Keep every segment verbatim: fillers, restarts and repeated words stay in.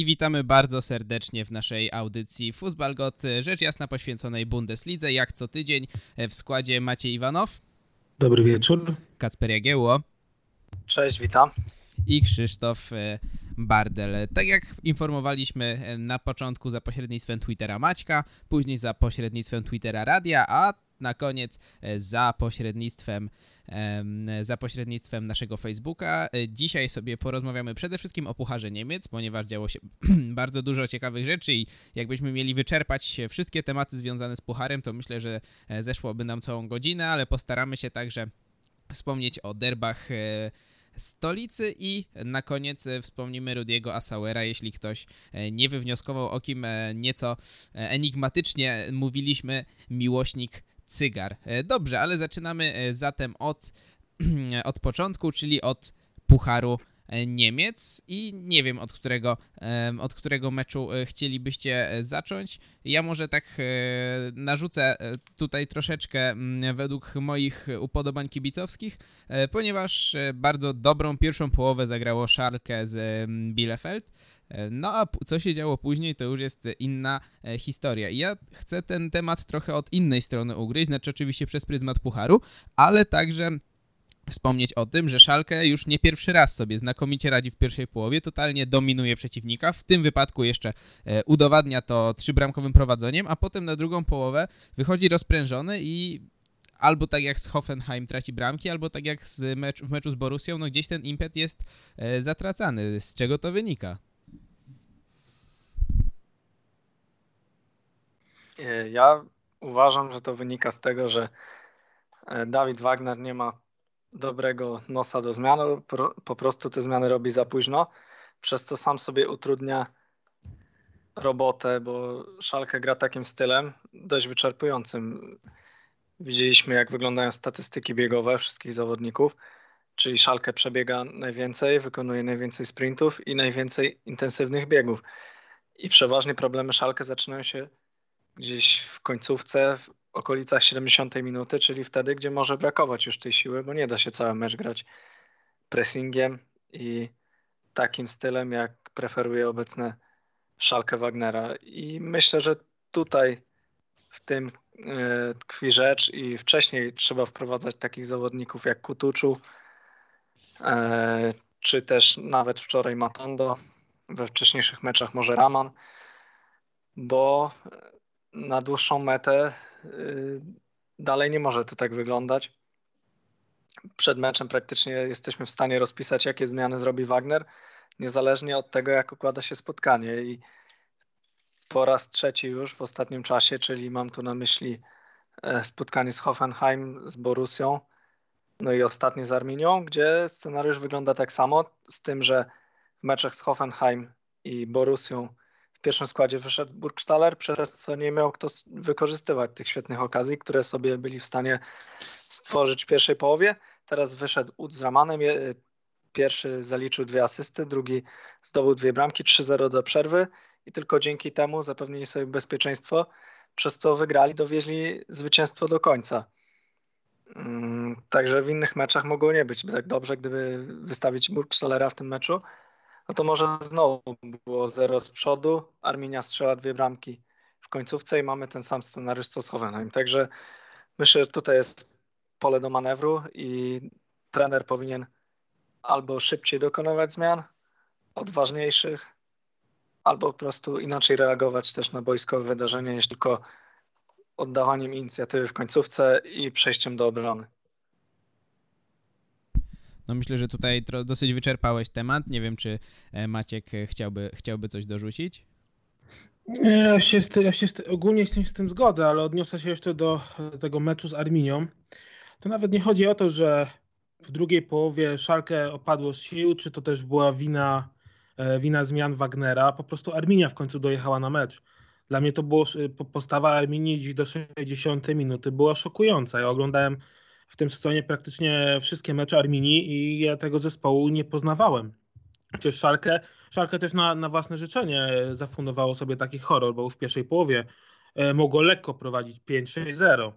I witamy bardzo serdecznie w naszej audycji Fußballgott, rzecz jasna poświęconej Bundeslidze, jak co tydzień w składzie Maciej Iwanow. Dobry wieczór. Kacper Jagiełło. Cześć, witam. I Krzysztof Bardel. Tak jak informowaliśmy na początku za pośrednictwem Twittera Maćka, później za pośrednictwem Twittera Radia, a na koniec za pośrednictwem za pośrednictwem naszego Facebooka. Dzisiaj sobie porozmawiamy przede wszystkim o Pucharze Niemiec, ponieważ działo się bardzo dużo ciekawych rzeczy i jakbyśmy mieli wyczerpać wszystkie tematy związane z Pucharem, to myślę, że zeszłoby nam całą godzinę, ale postaramy się także wspomnieć o derbach stolicy i na koniec wspomnimy Rudiego Assauera, jeśli ktoś nie wywnioskował, o kim nieco enigmatycznie mówiliśmy, miłośnik cygar. Dobrze, ale zaczynamy zatem od, od początku, czyli od Pucharu Niemiec i nie wiem, od którego, od którego meczu chcielibyście zacząć. Ja może tak narzucę tutaj troszeczkę według moich upodobań kibicowskich, ponieważ bardzo dobrą pierwszą połowę zagrało Schalke z Bielefeld. No a co się działo później, to już jest inna historia. I ja chcę ten temat trochę od innej strony ugryźć, znaczy oczywiście przez pryzmat Pucharu, ale także wspomnieć o tym, że Schalke już nie pierwszy raz sobie znakomicie radzi w pierwszej połowie, totalnie dominuje przeciwnika, w tym wypadku jeszcze udowadnia to trzybramkowym prowadzeniem, a potem na drugą połowę wychodzi rozprężony i albo tak jak z Hoffenheim traci bramki, albo tak jak z mecz, w meczu z Borussią, no gdzieś ten impet jest zatracany. Z czego to wynika? Ja uważam, że to wynika z tego, że Dawid Wagner nie ma dobrego nosa do zmian, po prostu te zmiany robi za późno, przez co sam sobie utrudnia robotę, bo Schalke gra takim stylem dość wyczerpującym. Widzieliśmy, jak wyglądają statystyki biegowe wszystkich zawodników, czyli Schalke przebiega najwięcej, wykonuje najwięcej sprintów i najwięcej intensywnych biegów. I przeważnie problemy Schalke zaczynają się gdzieś w końcówce, w okolicach siedemdziesiątej minuty, czyli wtedy, gdzie może brakować już tej siły, bo nie da się cały mecz grać pressingiem i takim stylem, jak preferuje obecne Schalke Wagnera. I myślę, że tutaj w tym tkwi rzecz i wcześniej trzeba wprowadzać takich zawodników jak Kutuczu, czy też nawet wczoraj Matondo, we wcześniejszych meczach może Raman, bo na dłuższą metę dalej nie może to tak wyglądać. Przed meczem praktycznie jesteśmy w stanie rozpisać, jakie zmiany zrobi Wagner, niezależnie od tego, jak układa się spotkanie. I po raz trzeci już w ostatnim czasie, czyli mam tu na myśli spotkanie z Hoffenheim, z Borussią, no i ostatnie z Arminią, gdzie scenariusz wygląda tak samo, z tym, że w meczach z Hoffenheim i Borussią w pierwszym składzie wyszedł Burgstaller, przez co nie miał kto wykorzystywać tych świetnych okazji, które sobie byli w stanie stworzyć w pierwszej połowie. Teraz wyszedł Ud z Ramanem, pierwszy zaliczył dwie asysty, drugi zdobył dwie bramki, trzy zero do przerwy i tylko dzięki temu zapewnili sobie bezpieczeństwo, przez co wygrali, dowieźli zwycięstwo do końca. Także w innych meczach mogło nie być tak dobrze, gdyby wystawić Burgstallera w tym meczu. No to może znowu było zero z przodu, Arminia strzela dwie bramki w końcówce i mamy ten sam scenariusz co z Hoffenheim. Także myślę, że tutaj jest pole do manewru i trener powinien albo szybciej dokonywać zmian, odważniejszych, albo po prostu inaczej reagować też na boiskowe wydarzenia, niż tylko oddawaniem inicjatywy w końcówce i przejściem do obrony. No myślę, że tutaj dosyć wyczerpałeś temat. Nie wiem, czy Maciek chciałby, chciałby coś dorzucić? Ja się, ja się ogólnie z tym, z tym zgodzę, ale odniosę się jeszcze do tego meczu z Arminią. To nawet nie chodzi o to, że w drugiej połowie Schalke opadło z sił, czy to też była wina, wina zmian Wagnera. Po prostu Arminia w końcu dojechała na mecz. Dla mnie to było, postawa Arminii dziś do sześćdziesiątej minuty była szokująca. Ja oglądałem w tym sezonie praktycznie wszystkie mecze Arminii i ja tego zespołu nie poznawałem. Przecież Schalke, Schalke też na, na własne życzenie zafundowało sobie taki horror, bo już w pierwszej połowie mogło lekko prowadzić pięć sześć zero.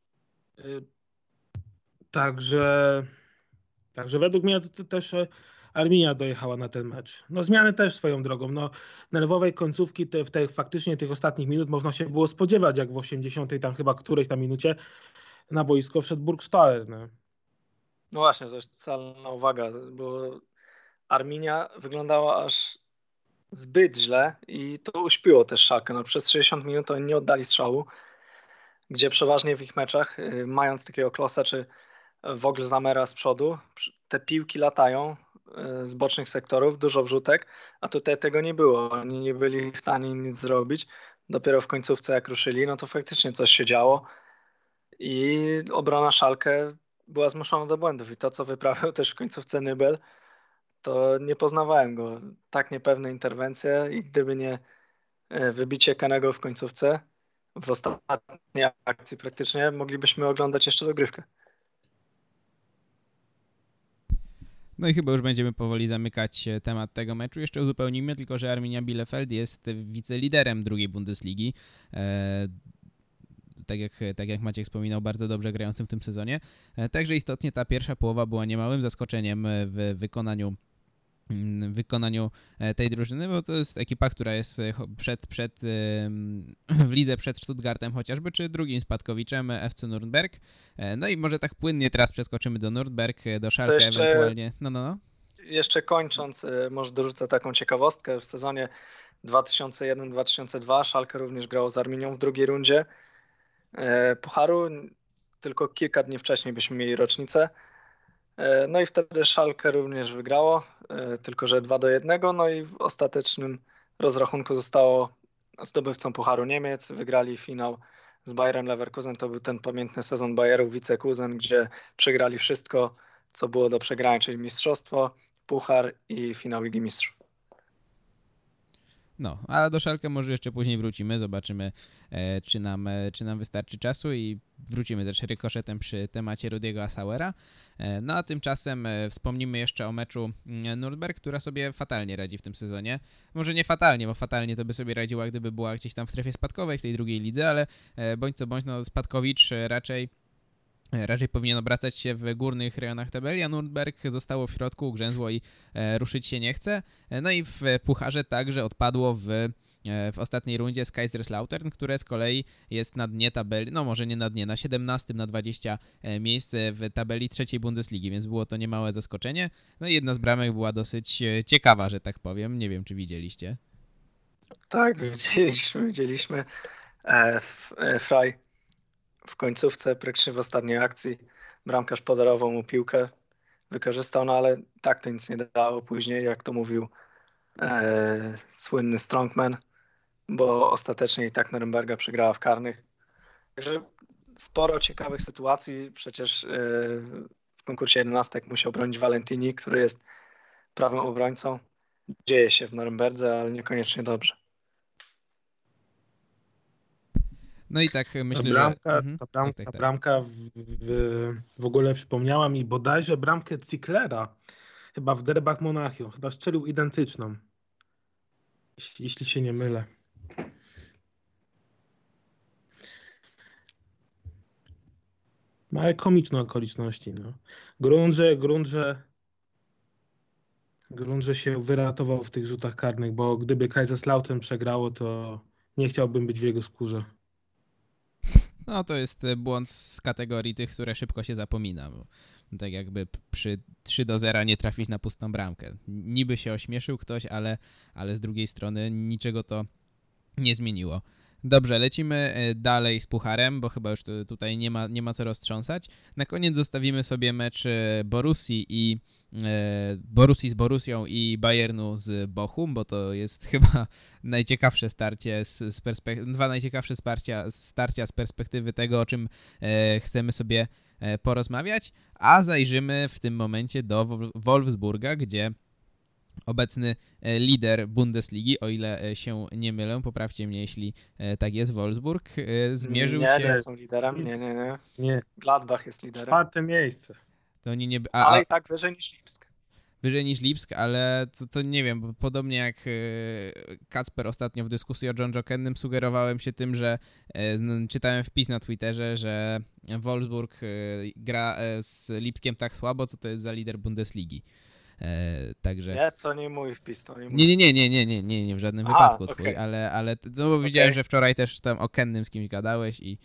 Także, także według mnie to też Arminia dojechała na ten mecz. No zmiany też swoją drogą. No, nerwowej końcówki te, w tych faktycznie tych ostatnich minut można się było spodziewać, jak w osiemdziesiątej tam chyba którejś tam minucie na boisko wszedł Burgstaller. No. No właśnie, to jest celna uwaga, bo Arminia wyglądała aż zbyt źle i to uśpiło też Schalke. No, przez sześćdziesiąt minut oni nie oddali strzału, gdzie przeważnie w ich meczach, mając takiego Klosa czy Vogelsammera z przodu, te piłki latają z bocznych sektorów, dużo wrzutek, a tutaj tego nie było. Oni nie byli w stanie nic zrobić. Dopiero w końcówce jak ruszyli, no to faktycznie coś się działo i obrona Schalke była zmuszona do błędów. I to, co wyprawiał też w końcówce Nübel, to nie poznawałem go. Tak niepewne interwencje i gdyby nie wybicie Kennego w końcówce, w ostatniej akcji praktycznie, moglibyśmy oglądać jeszcze dogrywkę. No i chyba już będziemy powoli zamykać temat tego meczu. Jeszcze uzupełnimy tylko, że Arminia Bielefeld jest wiceliderem drugiej Bundesligi. E, tak, jak, tak jak Maciek wspominał, bardzo dobrze grającym w tym sezonie. E, także istotnie ta pierwsza połowa była niemałym zaskoczeniem w wykonaniu w wykonaniu tej drużyny, bo to jest ekipa, która jest przed, przed, w lidze przed Stuttgartem chociażby, czy drugim spadkowiczem F C Nürnberg. No i może tak płynnie teraz przeskoczymy do Nürnberg, do Schalke jeszcze, ewentualnie. No, no, no. Jeszcze kończąc, może dorzucę taką ciekawostkę. W sezonie dwa tysiące jeden dwa tysiące dwa Schalke również grało z Arminią w drugiej rundzie Pucharu. Tylko kilka dni wcześniej byśmy mieli rocznicę. No i wtedy Schalke również wygrało, tylko że dwa do jednego, no i w ostatecznym rozrachunku zostało zdobywcą Pucharu Niemiec. Wygrali finał z Bayerem Leverkusen, to był ten pamiętny sezon Bayerów Vizekusen, gdzie przegrali wszystko, co było do przegrania, czyli mistrzostwo, puchar i finał Ligi Mistrzów. No, ale do Schalke może jeszcze później wrócimy, zobaczymy e, czy, nam, e, czy nam wystarczy czasu i wrócimy też rykoszetem przy temacie Rudiego Assauera. E, no a tymczasem e, wspomnimy jeszcze o meczu Nürnberg, która sobie fatalnie radzi w tym sezonie. Może nie fatalnie, bo fatalnie to by sobie radziła, gdyby była gdzieś tam w strefie spadkowej w tej drugiej lidze, ale e, bądź co bądź, no Spadkowicz raczej Raczej powinien obracać się w górnych rejonach tabeli, a Nürnberg zostało w środku, ugrzęzło i e, ruszyć się nie chce. No i w pucharze także odpadło w, e, w ostatniej rundzie z Kaiserslautern, które z kolei jest na dnie tabeli, no może nie na dnie, na siedemnastym na dwadzieścia miejsc w tabeli trzeciej Bundesligi, więc było to niemałe zaskoczenie. No i jedna z bramek była dosyć ciekawa, że tak powiem. Nie wiem, czy widzieliście. Tak, widzieliśmy, widzieliśmy. E, e, Frey w końcówce, praktycznie w ostatniej akcji, bramkarz podarował mu piłkę, wykorzystał, no ale tak to nic nie dało później, jak to mówił e, słynny Strongman, bo ostatecznie i tak Norymberga przegrała w karnych. Także sporo ciekawych sytuacji, przecież e, w konkursie jedenastek musiał bronić Valentini, który jest prawym obrońcą. Dzieje się w Norymberdze, ale niekoniecznie dobrze. No i tak myślę, ta bramka, że... Mhm. Ta bramka, tak, tak, tak. ta bramka w, w, w ogóle przypomniała mi bodajże bramkę Zicklera, chyba w Derbach Monachium. Chyba strzelił identyczną, jeśli, jeśli się nie mylę. No ale komiczne okoliczności. No. Grundże, Grundże, Grundże się wyratował w tych rzutach karnych, bo gdyby Kaiserslautern przegrało, to nie chciałbym być w jego skórze. No to jest błąd z kategorii tych, które szybko się zapomina. Bo tak jakby przy trzy do zera nie trafić na pustą bramkę. Niby się ośmieszył ktoś, ale, ale z drugiej strony niczego to nie zmieniło. Dobrze, lecimy dalej z pucharem, bo chyba już tutaj nie ma, nie ma co roztrząsać. Na koniec zostawimy sobie mecz Borussii i e, Borussii z Borussią i Bayernu z Bochum, bo to jest chyba najciekawsze starcie z, z perspek- dwa najciekawsze starcia, starcia z perspektywy tego, o czym e, chcemy sobie e, porozmawiać, a zajrzymy w tym momencie do Wolfsburga, gdzie obecny lider Bundesligi, o ile się nie mylę, poprawcie mnie, jeśli tak jest, Wolfsburg, zmierzył nie, się... Nie, nie są liderem, nie, nie, nie. Nie. Gladbach jest liderem. Czwarte miejsce. To oni nie... A, ale a... i tak wyżej niż Lipsk. Wyżej niż Lipsk, ale to, to nie wiem, bo podobnie jak Kacper ostatnio w dyskusji o John Jokennym sugerowałem się tym, że czytałem wpis na Twitterze, że Wolfsburg gra z Lipskiem tak słabo, co to jest za lider Bundesligi. Także... Nie, to nie mój wpis, to nie mój Nie, nie, nie, nie, nie, nie, nie, nie w żadnym Aha, wypadku twój, okej. ale, ale no, bo Okej. widziałem, że wczoraj też tam o Kennym z kimś gadałeś i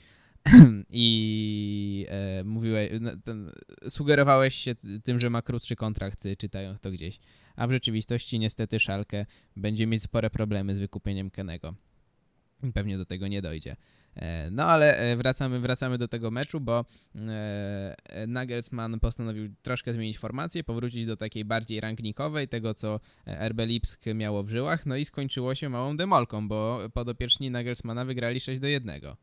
i e, mówiłeś, no, ten, sugerowałeś się t- tym, że ma krótszy kontrakt, y, czytając to gdzieś. A w rzeczywistości niestety Schalke będzie mieć spore problemy z wykupieniem Kennego. I pewnie do tego nie dojdzie. E, no ale e, wracamy, wracamy do tego meczu, bo e, Nagelsmann postanowił troszkę zmienić formację, powrócić do takiej bardziej rangnikowej, tego co R B Lipsk miało w żyłach, no i skończyło się małą demolką, bo podopieczni Nagelsmana wygrali sześć do jednego.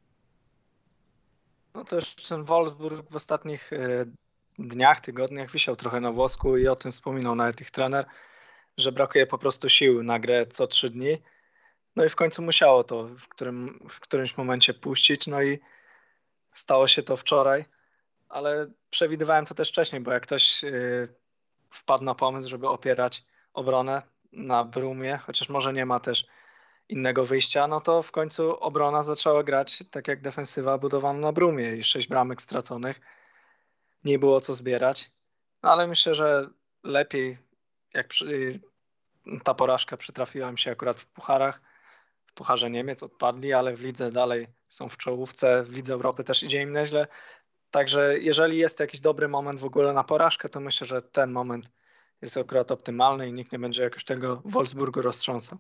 No też ten Wolfsburg w ostatnich e, dniach, tygodniach wisiał trochę na włosku i o tym wspominał nawet ich trener, że brakuje po prostu sił na grę co trzy dni. No i w końcu musiało to w, którym, w którymś momencie puścić, no i stało się to wczoraj, ale przewidywałem to też wcześniej, bo jak ktoś e, wpadł na pomysł, żeby opierać obronę na Brumie, chociaż może nie ma też innego wyjścia, no to w końcu obrona zaczęła grać tak jak defensywa budowana na Brumie i sześć bramek straconych. Nie było co zbierać, no ale myślę, że lepiej jak przy, ta porażka przytrafiła mi się akurat w pucharach. W Pucharze Niemiec odpadli, ale w lidze dalej są w czołówce, w Lidze Europy też idzie im nieźle. Także jeżeli jest jakiś dobry moment w ogóle na porażkę, to myślę, że ten moment jest akurat optymalny i nikt nie będzie jakoś tego Wolfsburgu roztrząsał.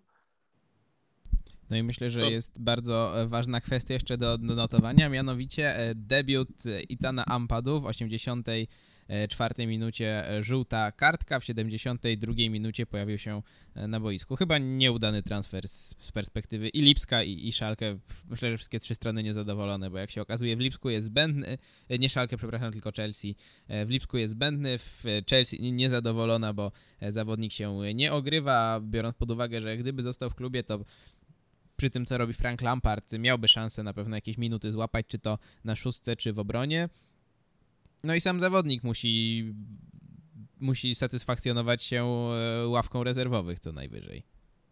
No i myślę, że jest bardzo ważna kwestia jeszcze do notowania, mianowicie debiut Ithana Ampadu w osiemdziesiątej czwartej minucie żółta kartka, w siedemdziesiątej drugiej minucie pojawił się na boisku. Chyba nieudany transfer z, z perspektywy i Lipska i, i Schalke. Myślę, że wszystkie trzy strony niezadowolone, bo jak się okazuje w Lipsku jest zbędny, nie Schalke, przepraszam, tylko Chelsea. W Lipsku jest zbędny, w Chelsea niezadowolona, bo zawodnik się nie ogrywa, biorąc pod uwagę, że gdyby został w klubie, to przy tym, co robi Frank Lampard, miałby szansę na pewno jakieś minuty złapać, czy to na szóstce, czy w obronie. No i sam zawodnik musi, musi satysfakcjonować się ławką rezerwowych co najwyżej.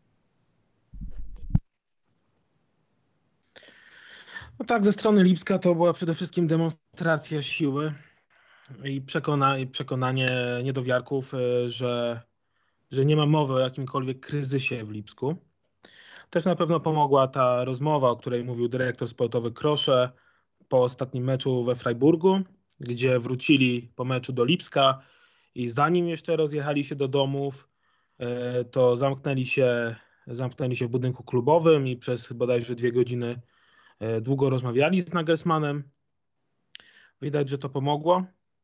No tak, ze strony Lipska to była przede wszystkim demonstracja siły i, przekona, i przekonanie niedowiarków, że, że nie ma mowy o jakimkolwiek kryzysie w Lipsku. Też na pewno pomogła ta rozmowa, o której mówił dyrektor sportowy Krosze po ostatnim meczu we Freiburgu, gdzie wrócili po meczu do Lipska i zanim jeszcze rozjechali się do domów, to zamknęli się, zamknęli się w budynku klubowym i przez bodajże dwie godziny długo rozmawiali z Nagelsmannem. Widać, że to pomogło.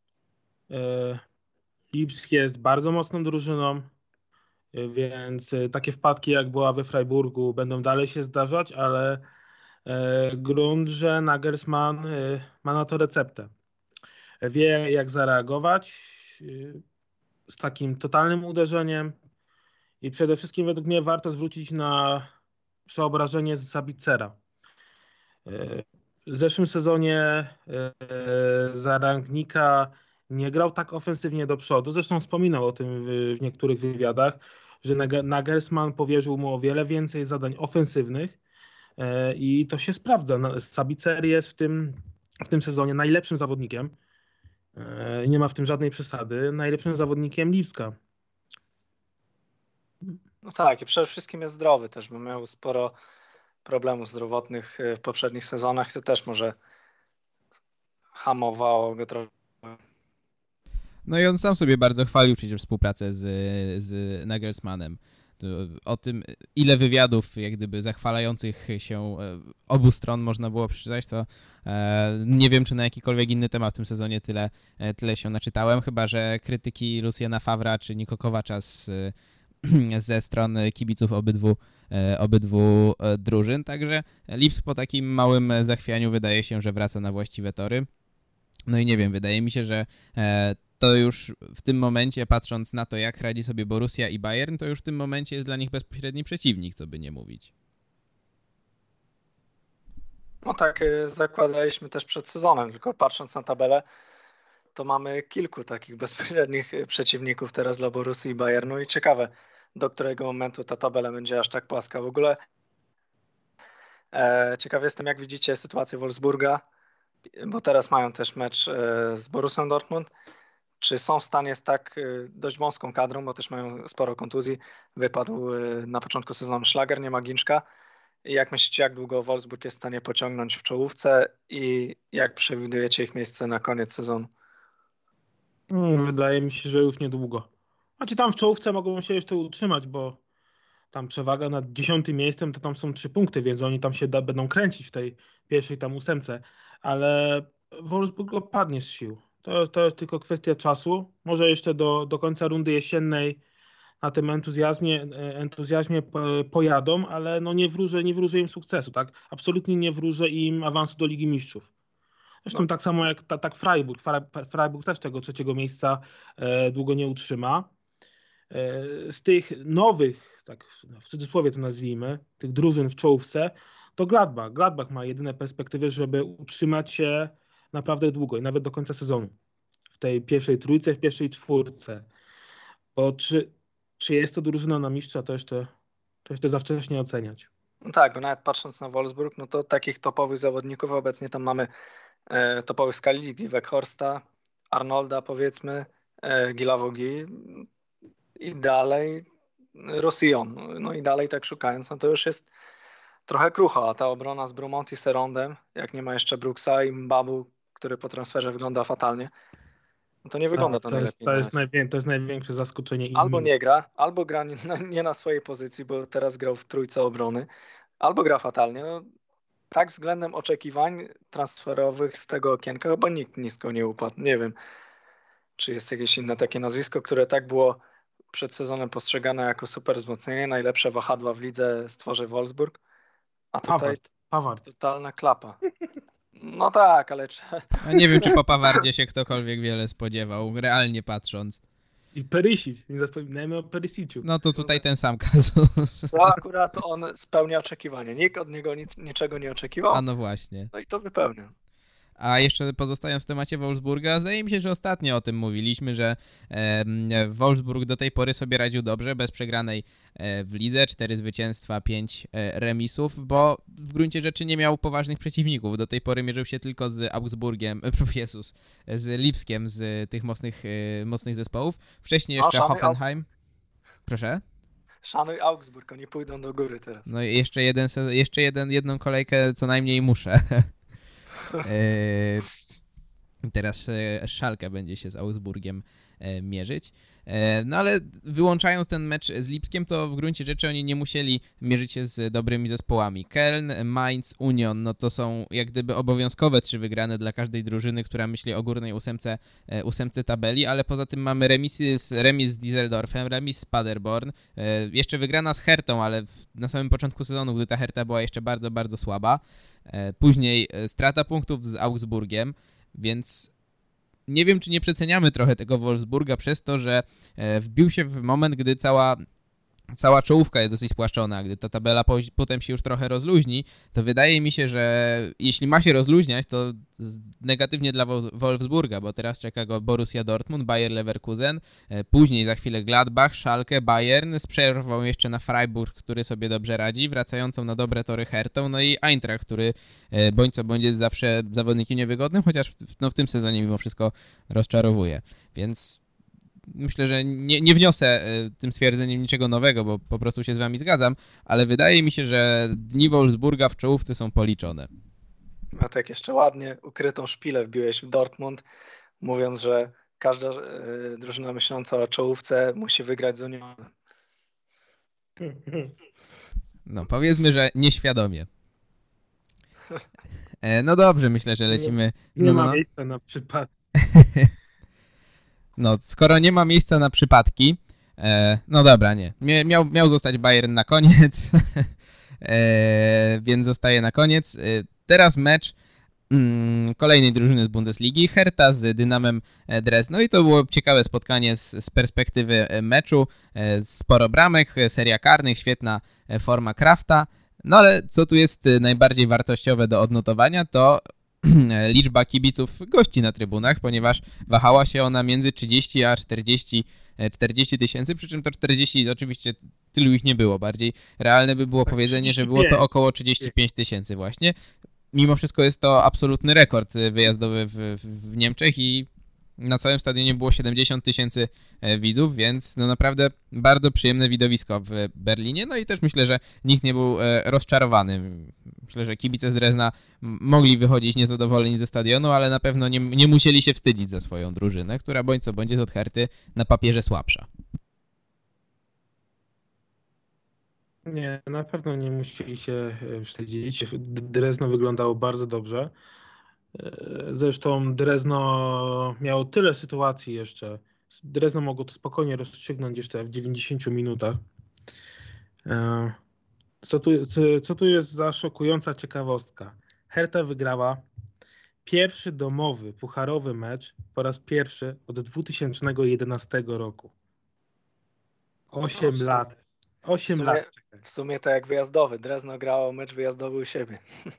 Lipsk jest bardzo mocną drużyną, więc takie wpadki jak była we Freiburgu będą dalej się zdarzać, ale grunt, że Nagelsmann ma na to receptę. Wie, jak zareagować z takim totalnym uderzeniem i przede wszystkim według mnie warto zwrócić na przeobrażenie z Sabicera. W zeszłym sezonie za Rangnika nie grał tak ofensywnie do przodu. Zresztą wspominał o tym w niektórych wywiadach, że Nagelsmann powierzył mu o wiele więcej zadań ofensywnych i to się sprawdza. Sabicer jest w tym, w tym sezonie najlepszym zawodnikiem. Nie ma w tym żadnej przesady. Najlepszym zawodnikiem Lipska. No tak, i przede wszystkim jest zdrowy też, bo miał sporo problemów zdrowotnych w poprzednich sezonach. To też może hamowało go trochę. No i on sam sobie bardzo chwalił przecież współpracę z, z Nagelsmannem. O tym, ile wywiadów jak gdyby zachwalających się obu stron można było przeczytać, to nie wiem, czy na jakikolwiek inny temat w tym sezonie tyle, tyle się naczytałem, chyba że krytyki Luciana Favra czy Niko Kowacza z, ze stron kibiców obydwu, obydwu drużyn. Także Lipsk po takim małym zachwianiu wydaje się, że wraca na właściwe tory. No i nie wiem, wydaje mi się, że to już w tym momencie, patrząc na to, jak radzi sobie Borussia i Bayern, to już w tym momencie jest dla nich bezpośredni przeciwnik, co by nie mówić. No tak, zakładaliśmy też przed sezonem, tylko patrząc na tabelę, to mamy kilku takich bezpośrednich przeciwników teraz dla Borussii i Bayernu i ciekawe, do którego momentu ta tabela będzie aż tak płaska. W ogóle e, ciekaw jestem, jak widzicie sytuację Wolfsburga, bo teraz mają też mecz e, z Borussią Dortmund. czy są w stanie z tak dość wąską kadrą, bo też mają sporo kontuzji. Wypadł na początku sezonu Schlager, nie ma Ginczka. I jak myślicie, jak długo Wolfsburg jest w stanie pociągnąć w czołówce i jak przewidujecie ich miejsce na koniec sezonu? Wydaje mi się, że już niedługo. Znaczy tam w czołówce mogą się jeszcze utrzymać, bo tam przewaga nad dziesiątym miejscem to tam są trzy punkty, więc oni tam się da, będą kręcić w tej pierwszej tam ósemce. Ale Wolfsburg opadnie z sił. To, to jest tylko kwestia czasu. Może jeszcze do, do końca rundy jesiennej na tym entuzjazmie, entuzjazmie pojadą, ale no nie wróżę, nie wróżę im sukcesu, tak? Absolutnie nie wróżę im awansu do Ligi Mistrzów. Zresztą no. tak samo jak ta, tak Freiburg. Freiburg też tego trzeciego miejsca e, długo nie utrzyma. E, z tych nowych, tak w cudzysłowie to nazwijmy, tych drużyn w czołówce, to Gladbach. Gladbach ma jedyne perspektywy, żeby utrzymać się naprawdę długo i nawet do końca sezonu. W tej pierwszej trójce, w pierwszej czwórce. Bo czy, czy jest to drużyna na mistrza, to jeszcze, to jeszcze za wcześnie oceniać. No tak, bo nawet patrząc na Wolfsburg, no to takich topowych zawodników obecnie tam mamy e, topowych skali ligi, Weghorsta, Arnolda powiedzmy, e, Gilavogi i dalej Roussillon. No i dalej tak szukając, no to już jest trochę krucho, a ta obrona z Brumont i Serondem, jak nie ma jeszcze Brooksa i Mbabu, który po transferze wygląda fatalnie, no to nie wygląda tak, to, to najlepiej. Jest, to, jest najwię- to jest największe zaskoczenie. Albo nie gra, albo gra nie na, nie na swojej pozycji, bo teraz grał w trójce obrony, albo gra fatalnie. No, tak względem oczekiwań transferowych z tego okienka chyba nikt nisko nie upadł. Nie wiem, czy jest jakieś inne takie nazwisko, które tak było przed sezonem postrzegane jako super wzmocnienie, najlepsze wahadła w lidze stworzy Wolfsburg, a tutaj Pavard, Pavard. totalna klapa. No tak, ale... A nie wiem, czy po Pawardzie się ktokolwiek wiele spodziewał, realnie patrząc. I Perisic, nie zapominajmy o Perisiciu. No to tutaj ten sam kazus. To akurat on spełnia oczekiwania. Nikt od niego nic, niczego nie oczekiwał. A no właśnie. No i to wypełnia. A jeszcze pozostając w temacie Wolfsburga, zdaje mi się, że ostatnio o tym mówiliśmy, że e, Wolfsburg do tej pory sobie radził dobrze, bez przegranej e, w lidze, cztery zwycięstwa, pięć e, remisów, bo w gruncie rzeczy nie miał poważnych przeciwników. Do tej pory mierzył się tylko z Augsburgiem, e, Jezus, z Lipskiem, z tych mocnych, e, mocnych zespołów. Wcześniej jeszcze no, Hoffenheim. Augsburg. Proszę? Szanuj Augsburg, oni pójdą do góry teraz. No i jeszcze, jeden, jeszcze jeden, jedną kolejkę co najmniej muszę. Teraz Schalke będzie się z Augsburgiem mierzyć. No ale wyłączając ten mecz z Lipskiem, to w gruncie rzeczy oni nie musieli mierzyć się z dobrymi zespołami. Köln, Mainz, Union, no to są jak gdyby obowiązkowe trzy wygrane dla każdej drużyny, która myśli o górnej ósemce, ósemce tabeli, ale poza tym mamy remisy z, remis z Düsseldorfem, remis z Paderborn, jeszcze wygrana z Hertą, ale na samym początku sezonu, gdy ta Herta była jeszcze bardzo, bardzo słaba. Później strata punktów z Augsburgiem, więc nie wiem, czy nie przeceniamy trochę tego Wolfsburga przez to, że wbił się w moment, gdy cała, cała czołówka jest dosyć spłaszczona, gdy ta tabela po, potem się już trochę rozluźni, to wydaje mi się, że jeśli ma się rozluźniać, to negatywnie dla Wolfsburga, bo teraz czeka go Borussia Dortmund, Bayer Leverkusen, później za chwilę Gladbach, Schalke, Bayern, z przerwą jeszcze na Freiburg, który sobie dobrze radzi, wracającą na dobre tory Hertą, no i Eintracht, który bądź co bądź jest zawsze zawodnikiem niewygodnym, chociaż no, w tym sezonie mimo wszystko rozczarowuje, więc myślę, że nie, nie wniosę tym stwierdzeniem niczego nowego, bo po prostu się z wami zgadzam, ale wydaje mi się, że dni Wolfsburga w czołówce są policzone. A tak jeszcze ładnie ukrytą szpilę wbiłeś w Dortmund, mówiąc, że każda y, drużyna myśląca o czołówce musi wygrać z Unionem. No powiedzmy, że nieświadomie. E, no dobrze, myślę, że lecimy. Nie, nie no, ma no. miejsca na przypadek. No, skoro nie ma miejsca na przypadki, e, no dobra, nie. Miał, miał zostać Bayern na koniec, e, więc zostaje na koniec. E, teraz mecz mm, kolejnej drużyny z Bundesligi, Hertha z Dynamem Dresden. No i to było ciekawe spotkanie z, z perspektywy meczu. E, sporo bramek, seria karnych, świetna forma Krafta. No ale co tu jest najbardziej wartościowe do odnotowania, to liczba kibiców gości na trybunach, ponieważ wahała się ona między trzydzieści a czterdzieści tysięcy, przy czym to czterdzieści oczywiście tylu ich nie było. Bardziej realne by było powiedzenie, że było to około trzydzieści pięć tysięcy właśnie. Mimo wszystko jest to absolutny rekord wyjazdowy w, w Niemczech i Na całym stadionie było siedemdziesiąt tysięcy widzów, więc no naprawdę bardzo przyjemne widowisko w Berlinie. No i też myślę, że nikt nie był rozczarowany. Myślę, że kibice z Drezna mogli wychodzić niezadowoleni ze stadionu, ale na pewno nie, nie musieli się wstydzić za swoją drużynę, która bądź co bądź jest od Herty na papierze słabsza. Nie, na pewno nie musieli się wstydzić. Drezno wyglądało bardzo dobrze. Zresztą Drezno miało tyle sytuacji jeszcze. Drezno mogło to spokojnie rozstrzygnąć jeszcze w dziewięćdziesięciu minutach. Co tu, co, co tu jest za szokująca ciekawostka? Herta wygrała pierwszy domowy, pucharowy mecz po raz pierwszy od dwa tysiące jedenastego roku. Osiem No, lat. Osiem w sumie, lat. w sumie to jak wyjazdowy. Drezno grało mecz wyjazdowy u siebie.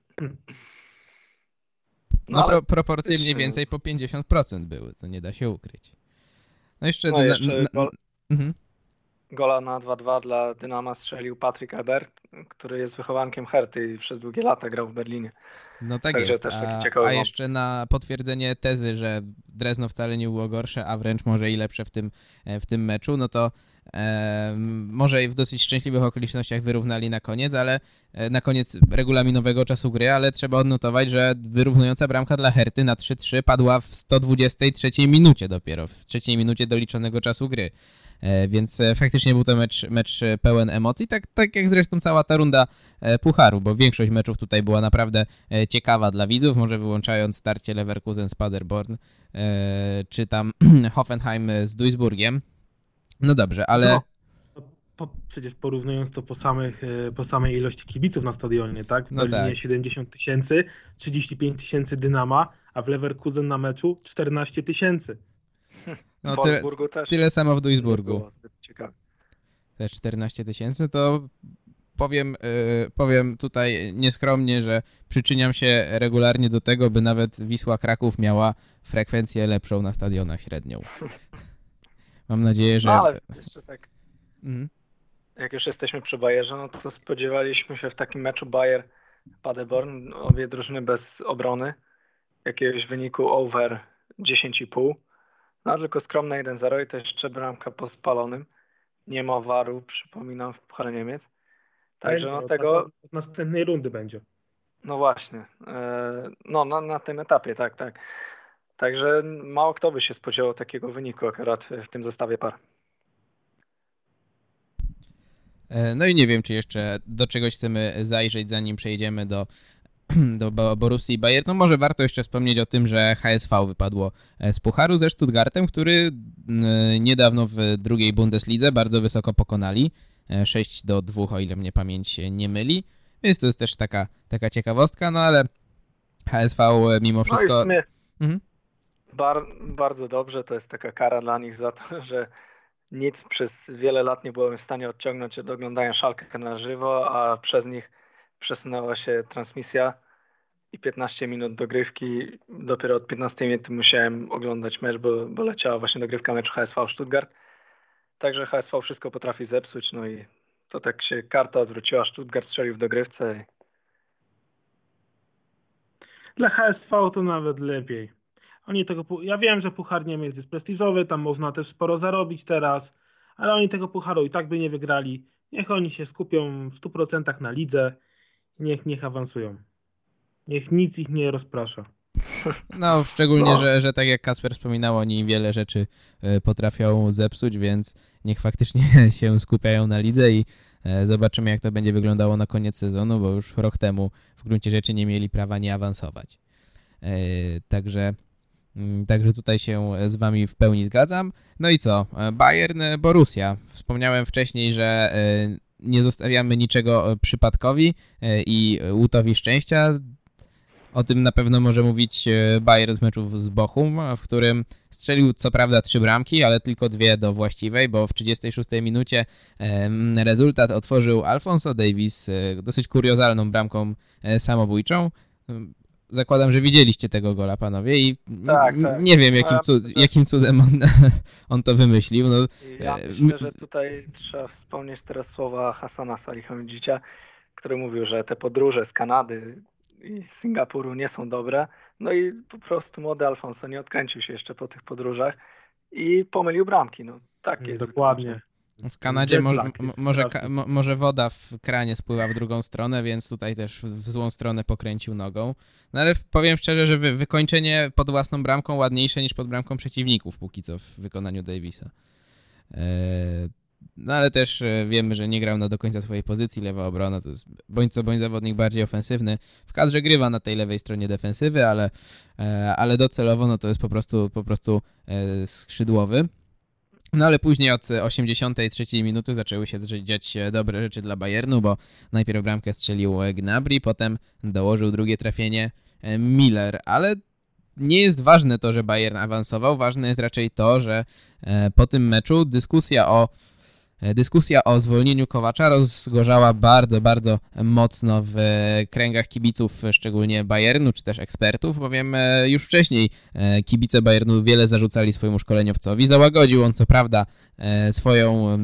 No, no pro, proporcje mniej więcej po pięćdziesiąt procent były, to nie da się ukryć. No jeszcze... No jeszcze na, gol, mhm. gola na dwa dwa dla Dynama strzelił Patryk Ebert, który jest wychowankiem Herty i przez długie lata grał w Berlinie. No tak Także jest, też taki a, ciekawy a jeszcze na potwierdzenie tezy, że Drezno wcale nie było gorsze, a wręcz może i lepsze w tym, w tym meczu, no to e, może w dosyć szczęśliwych okolicznościach wyrównali na koniec, ale e, na koniec regulaminowego czasu gry, ale trzeba odnotować, że wyrównująca bramka dla Herty na trzy trzy padła w sto dwudziestej trzeciej minucie dopiero, w trzeciej minucie doliczonego czasu gry. Więc faktycznie był to mecz, mecz pełen emocji, tak, tak jak zresztą cała ta runda Pucharu, bo większość meczów tutaj była naprawdę ciekawa dla widzów, może wyłączając starcie Leverkusen z Paderborn, czy tam Hoffenheim z Duisburgiem. No dobrze, ale... No, po, przecież porównując to po, samych, po samej ilości kibiców na stadionie, tak? W no Berlinie tak. siedemdziesiąt tysięcy, trzydzieści pięć tysięcy Dynama, a w Leverkusen na meczu czternaście tysięcy. No, w Wolfsburgu też. Tyle samo w Duisburgu. Zbyt ciekawe. Też czternaście tysięcy, to powiem, yy, powiem tutaj nieskromnie, że przyczyniam się regularnie do tego, by nawet Wisła Kraków miała frekwencję lepszą na stadionach średnią. Mam nadzieję, że... No ale jeszcze tak, mhm. jak już jesteśmy przy Bayerze, no to spodziewaliśmy się w takim meczu Bayer-Paderborn, obie drużyny bez obrony, jakiegoś wyniku over dziesięć i pół. No tylko skromne jeden zero i to jeszcze bramka po spalonym. Nie ma waru, przypominam, w Pucharze Niemiec. Także Będzie, no tego... Od następnej rundy będzie. No właśnie. No na, na tym etapie, tak, tak. Także mało kto by się spodziewał takiego wyniku akurat w tym zestawie par. No i nie wiem, czy jeszcze do czegoś chcemy zajrzeć, zanim przejdziemy do do Borussii i Bayern. No może warto jeszcze wspomnieć o tym, że H S V wypadło z Pucharu ze Stuttgartem, który niedawno w drugiej Bundeslidze bardzo wysoko pokonali. sześć do dwóch, o ile mnie pamięć nie myli. Więc to jest też taka, taka ciekawostka, no ale H S V mimo wszystko... No i w sumie mhm. bar, bardzo dobrze, to jest taka kara dla nich za to, że nic przez wiele lat nie byłem w stanie odciągnąć od oglądania Schalke na żywo, a przez nich przesunęła się transmisja i piętnaście minut dogrywki. Dopiero od piętnastej minuty musiałem oglądać mecz, bo, bo leciała właśnie dogrywka meczu H S V Stuttgart. Także H S V wszystko potrafi zepsuć, no i to tak się karta odwróciła. Stuttgart strzelił w dogrywce. Dla H S V to nawet lepiej. Oni tego, ja wiem, że Puchar Niemiec jest prestiżowy, tam można też sporo zarobić teraz, ale oni tego Pucharu i tak by nie wygrali. Niech oni się skupią w stu procentach na lidze. Niech, niech awansują. Niech nic ich nie rozprasza. No, szczególnie, No. Że, że tak jak Kasper wspominał, oni wiele rzeczy potrafią zepsuć, więc niech faktycznie się skupiają na lidze i zobaczymy, jak to będzie wyglądało na koniec sezonu, bo już rok temu w gruncie rzeczy nie mieli prawa nie awansować. Także, także tutaj się z wami w pełni zgadzam. No i co? Bayern, Borussia. Wspomniałem wcześniej, że nie zostawiamy niczego przypadkowi i łutowi szczęścia. O tym na pewno może mówić Bayern z meczów z Bochum, w którym strzelił co prawda trzy bramki, ale tylko dwie do właściwej, bo w trzydziestej szóstej minucie rezultat otworzył Alphonso Davies dosyć kuriozalną bramką samobójczą. Zakładam, że widzieliście tego gola, panowie, i tak, tak. nie wiem, jakim, no, ja cud, myślę, że... jakim cudem on, on to wymyślił. No, ja myślę, że tutaj trzeba wspomnieć teraz słowa Hassana Salihamidžicia, który mówił, że te podróże z Kanady i z Singapuru nie są dobre. No i po prostu młody Alfonso nie odkręcił się jeszcze po tych podróżach i pomylił bramki. No, tak jest Dokładnie. W Kanadzie mo, Jetlag mo, jest może, straszny. mo, może woda w kranie spływa w drugą stronę, więc tutaj też w, w złą stronę pokręcił nogą. No ale powiem szczerze, że wy, wykończenie pod własną bramką ładniejsze niż pod bramką przeciwników póki co w wykonaniu Davisa. Eee, no ale też e, wiemy, że nie grał na do końca swojej pozycji, lewa obrona to jest bądź co bądź zawodnik bardziej ofensywny. W kadrze grywa na tej lewej stronie defensywy, ale, e, ale docelowo no to jest po prostu, po prostu e, skrzydłowy. No ale później od osiemdziesiątej trzeciej minuty zaczęły się dziać dobre rzeczy dla Bayernu, bo najpierw bramkę strzelił Gnabry, potem dołożył drugie trafienie Miller, ale nie jest ważne to, że Bayern awansował, ważne jest raczej to, że po tym meczu dyskusja o Dyskusja o zwolnieniu Kowacza rozgorzała bardzo, bardzo mocno w kręgach kibiców, szczególnie Bayernu, czy też ekspertów, bowiem już wcześniej kibice Bayernu wiele zarzucali swojemu szkoleniowcowi. Załagodził on co prawda swoją,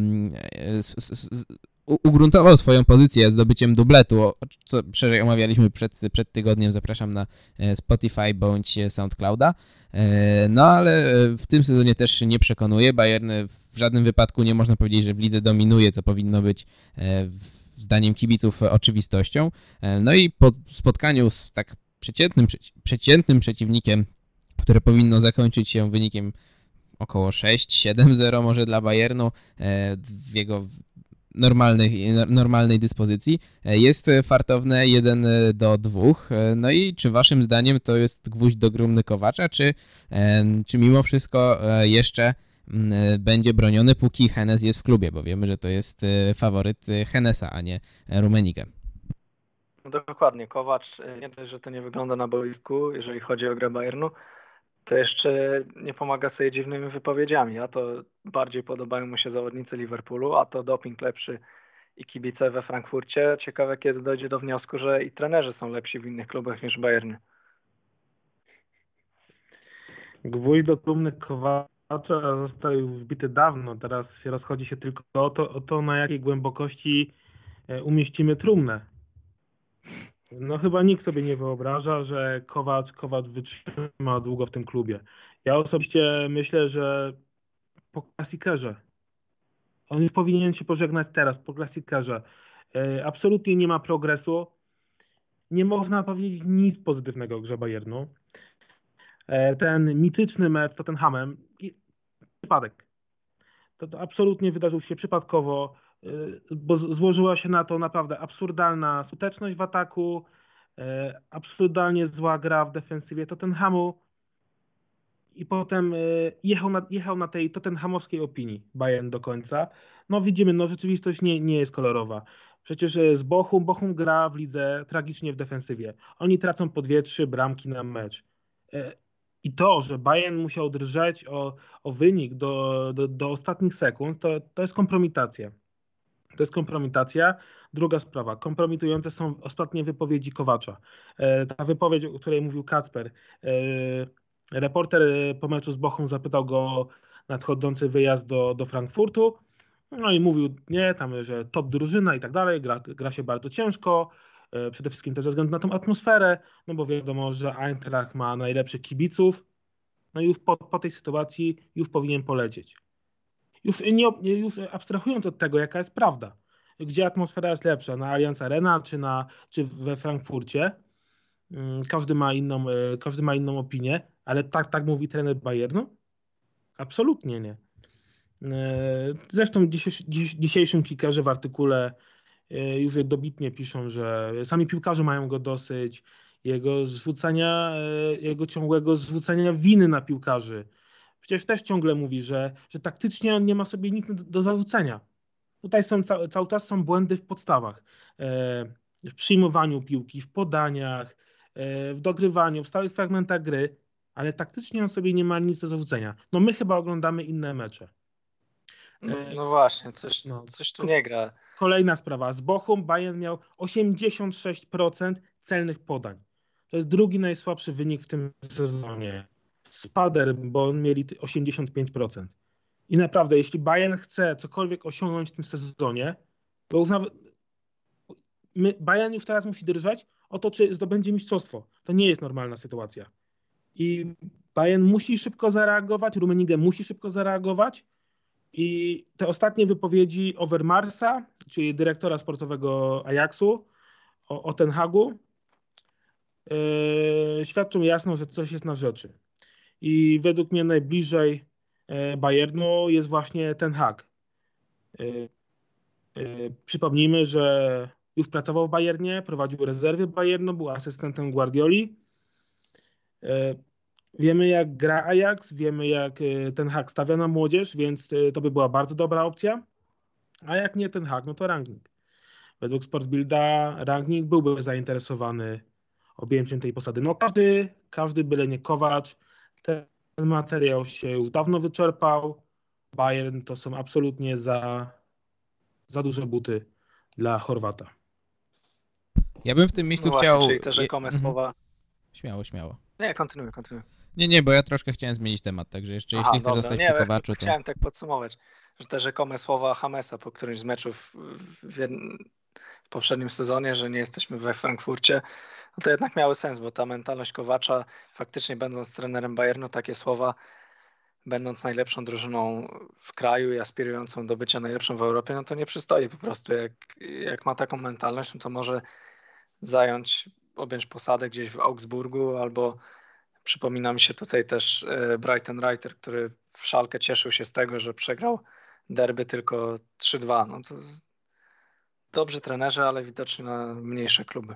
ugruntował swoją pozycję zdobyciem dubletu, co szerzej omawialiśmy przed, przed tygodniem, zapraszam na Spotify bądź SoundClouda. No ale w tym sezonie też nie przekonuje. Bayern w żadnym wypadku nie można powiedzieć, że w lidze dominuje, co powinno być zdaniem kibiców oczywistością. No i po spotkaniu z tak przeciętnym, przeciętnym przeciwnikiem, które powinno zakończyć się wynikiem około sześć siedem zero może dla Bayernu w jego normalnej, normalnej dyspozycji, jest fartowne jeden do dwóch. No i czy waszym zdaniem to jest gwóźdź do trumny Kowacza, czy, czy mimo wszystko jeszcze będzie broniony, póki Hennes jest w klubie, bo wiemy, że to jest faworyt Hennesa, a nie Rummenigge. No dokładnie, Kowacz, nie dość, że to nie wygląda na boisku, jeżeli chodzi o grę Bayernu, to jeszcze nie pomaga sobie dziwnymi wypowiedziami, a to bardziej podobają mu się zawodnicy Liverpoolu, a to doping lepszy i kibice we Frankfurcie. Ciekawe, kiedy dojdzie do wniosku, że i trenerzy są lepsi w innych klubach niż Bayernie. Gwóźdź do trumny Kowacza został już wbity dawno, teraz się rozchodzi się tylko o to, o to na jakiej głębokości umieścimy trumnę. No chyba nikt sobie nie wyobraża, że Kowacz, Kowacz wytrzyma długo w tym klubie. Ja osobiście myślę, że po klasikerze. On już powinien się pożegnać teraz, po klasikerze. Absolutnie nie ma progresu. Nie można powiedzieć nic pozytywnego o grze Bayernu. Ten mityczny mecz z Tottenhamem, przypadek. To, to absolutnie wydarzył się przypadkowo, bo złożyła się na to naprawdę absurdalna skuteczność w ataku, absurdalnie zła gra w defensywie Tottenhamu i potem jechał na, jechał na tej tottenhamowskiej opinii Bayern do końca. No widzimy, no rzeczywistość nie, nie jest kolorowa. Przecież z Bochum, Bochum gra w lidze tragicznie w defensywie. Oni tracą po dwie, trzy bramki na mecz. I to, że Bayern musiał drżeć o, o wynik do, do, do ostatnich sekund, to, to jest kompromitacja. To jest kompromitacja. Druga sprawa, kompromitujące są ostatnie wypowiedzi Kowacza. Ta wypowiedź, o której mówił Kacper. Reporter po meczu z Bochum zapytał go o nadchodzący wyjazd do, do Frankfurtu. No i mówił, nie, tam, że top drużyna i tak dalej, gra, gra się bardzo ciężko. Przede wszystkim też ze względu na tą atmosferę, no bo wiadomo, że Eintracht ma najlepszych kibiców. No i już po, po tej sytuacji już powinien polecieć. Już, nie, już abstrahując od tego, jaka jest prawda, gdzie atmosfera jest lepsza, na Allianz Arena czy, na, czy we Frankfurcie, każdy ma inną, każdy ma inną opinię, ale tak, tak mówi trener Bayernu? Absolutnie nie. Zresztą dziś, dziś, dzisiejszym piłkarze w artykule już dobitnie piszą, że sami piłkarze mają go dosyć, jego zrzucania, jego ciągłego zrzucania winy na piłkarzy. Przecież też ciągle mówi, że, że taktycznie on nie ma sobie nic do, do zarzucenia. Tutaj są ca, cały czas są błędy w podstawach. W przyjmowaniu piłki, w podaniach, w dogrywaniu, w stałych fragmentach gry, ale taktycznie on sobie nie ma nic do zarzucenia. No my chyba oglądamy inne mecze. No, no właśnie, coś, no, coś tu nie gra. Kolejna sprawa. Z Bochum Bayern miał osiemdziesiąt sześć procent celnych podań. To jest drugi najsłabszy wynik w tym sezonie. Z Paderborn, bo mieli osiemdziesiąt pięć procent. I naprawdę, jeśli Bayern chce cokolwiek osiągnąć w tym sezonie, to już nawet my, Bayern już teraz musi drżeć o to, czy zdobędzie mistrzostwo. To nie jest normalna sytuacja. I Bayern musi szybko zareagować, Rummenigge musi szybko zareagować i te ostatnie wypowiedzi Overmarsa, czyli dyrektora sportowego Ajaxu, o, o Ten Hagu, yy, świadczą jasno, że coś jest na rzeczy. I według mnie najbliżej yy, Bayernu jest właśnie Ten Hag. Yy, yy, przypomnijmy, że już pracował w Bayernie, prowadził rezerwy Bayernu, był asystentem Guardioli. Yy, Wiemy, jak gra Ajax, wiemy, jak Ten Hag stawia na młodzież, więc to by była bardzo dobra opcja. A jak nie Ten Hag, no to Rangnick. Według Sportbilda Rangnick byłby zainteresowany objęciem tej posady. No każdy, każdy byle nie Kovac. Ten materiał się już dawno wyczerpał. Bayern to są absolutnie za, za duże buty dla Chorwata. Ja bym w tym miejscu no właśnie, chciał... Czyli te rzekome je... słowa... Śmiało, śmiało. Nie, kontynuuj, kontynuuj. Nie, nie, bo ja troszkę chciałem zmienić temat, także jeszcze Aha, jeśli chcesz dobra. zostać nie, przy Kovaczu, to... Chciałem tak podsumować, że te rzekome słowa Hamesa po którymś z meczów w, jed... w poprzednim sezonie, że nie jesteśmy we Frankfurcie, no to jednak miały sens, bo ta mentalność Kovacza, faktycznie będąc trenerem Bayernu, takie słowa, będąc najlepszą drużyną w kraju i aspirującą do bycia najlepszą w Europie, no to nie przystoi po prostu. Jak, jak ma taką mentalność, no to może zająć, objąć posadę gdzieś w Augsburgu, albo przypomina mi się tutaj też Brighton Reiter, który w Schalke cieszył się z tego, że przegrał derby tylko trzy dwa. No to dobrzy trenerzy, ale widocznie na mniejsze kluby.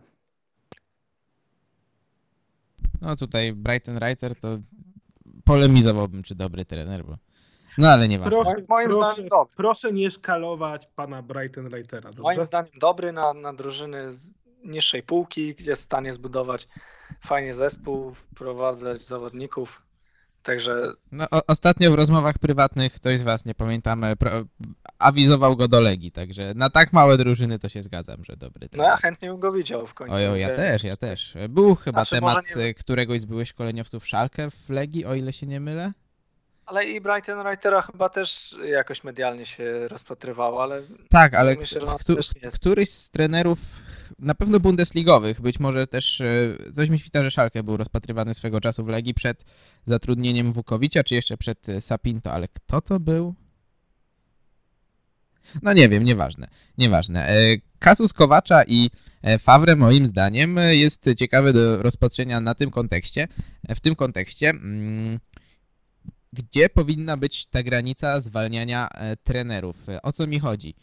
No tutaj Brighton Reiter to polemizowałbym, czy dobry trener, bo... No ale nieważne. Proszę, Moim proszę, zdaniem dobry. proszę nie szkalować pana Brighton Reitera. Dobrze? Moim zdaniem dobry na, na drużyny z niższej półki, gdzie jest w stanie zbudować fajnie zespół, wprowadzać zawodników. Także... No, o, ostatnio w rozmowach prywatnych ktoś z was, nie pamiętam, pro, awizował go do Legii, także na tak małe drużyny to się zgadzam, że dobry trener. No ja chętnie bym go widział w końcu. Ojo, ja też, ja też. Był chyba Znaczy, temat może nie- któregoś z byłych szkoleniowców Schalke w Legii, o ile się nie mylę. Ale i Brighton Reitera chyba też jakoś medialnie się rozpatrywało, ale Tak, ale myślę, że k- on któ- też nie jest. któryś z trenerów, na pewno bundesligowych, być może też, e, coś mi świta, że Schalke był rozpatrywany swego czasu w Legii przed zatrudnieniem Wukowicza, czy jeszcze przed e, Sapinto, ale kto to był? No nie wiem, nieważne, nieważne. E, Kasus Kovacza i e, Favre moim zdaniem e, jest ciekawy do rozpatrzenia na tym kontekście, e, w tym kontekście, mm, gdzie powinna być ta granica zwalniania e, trenerów. E, O co mi chodzi?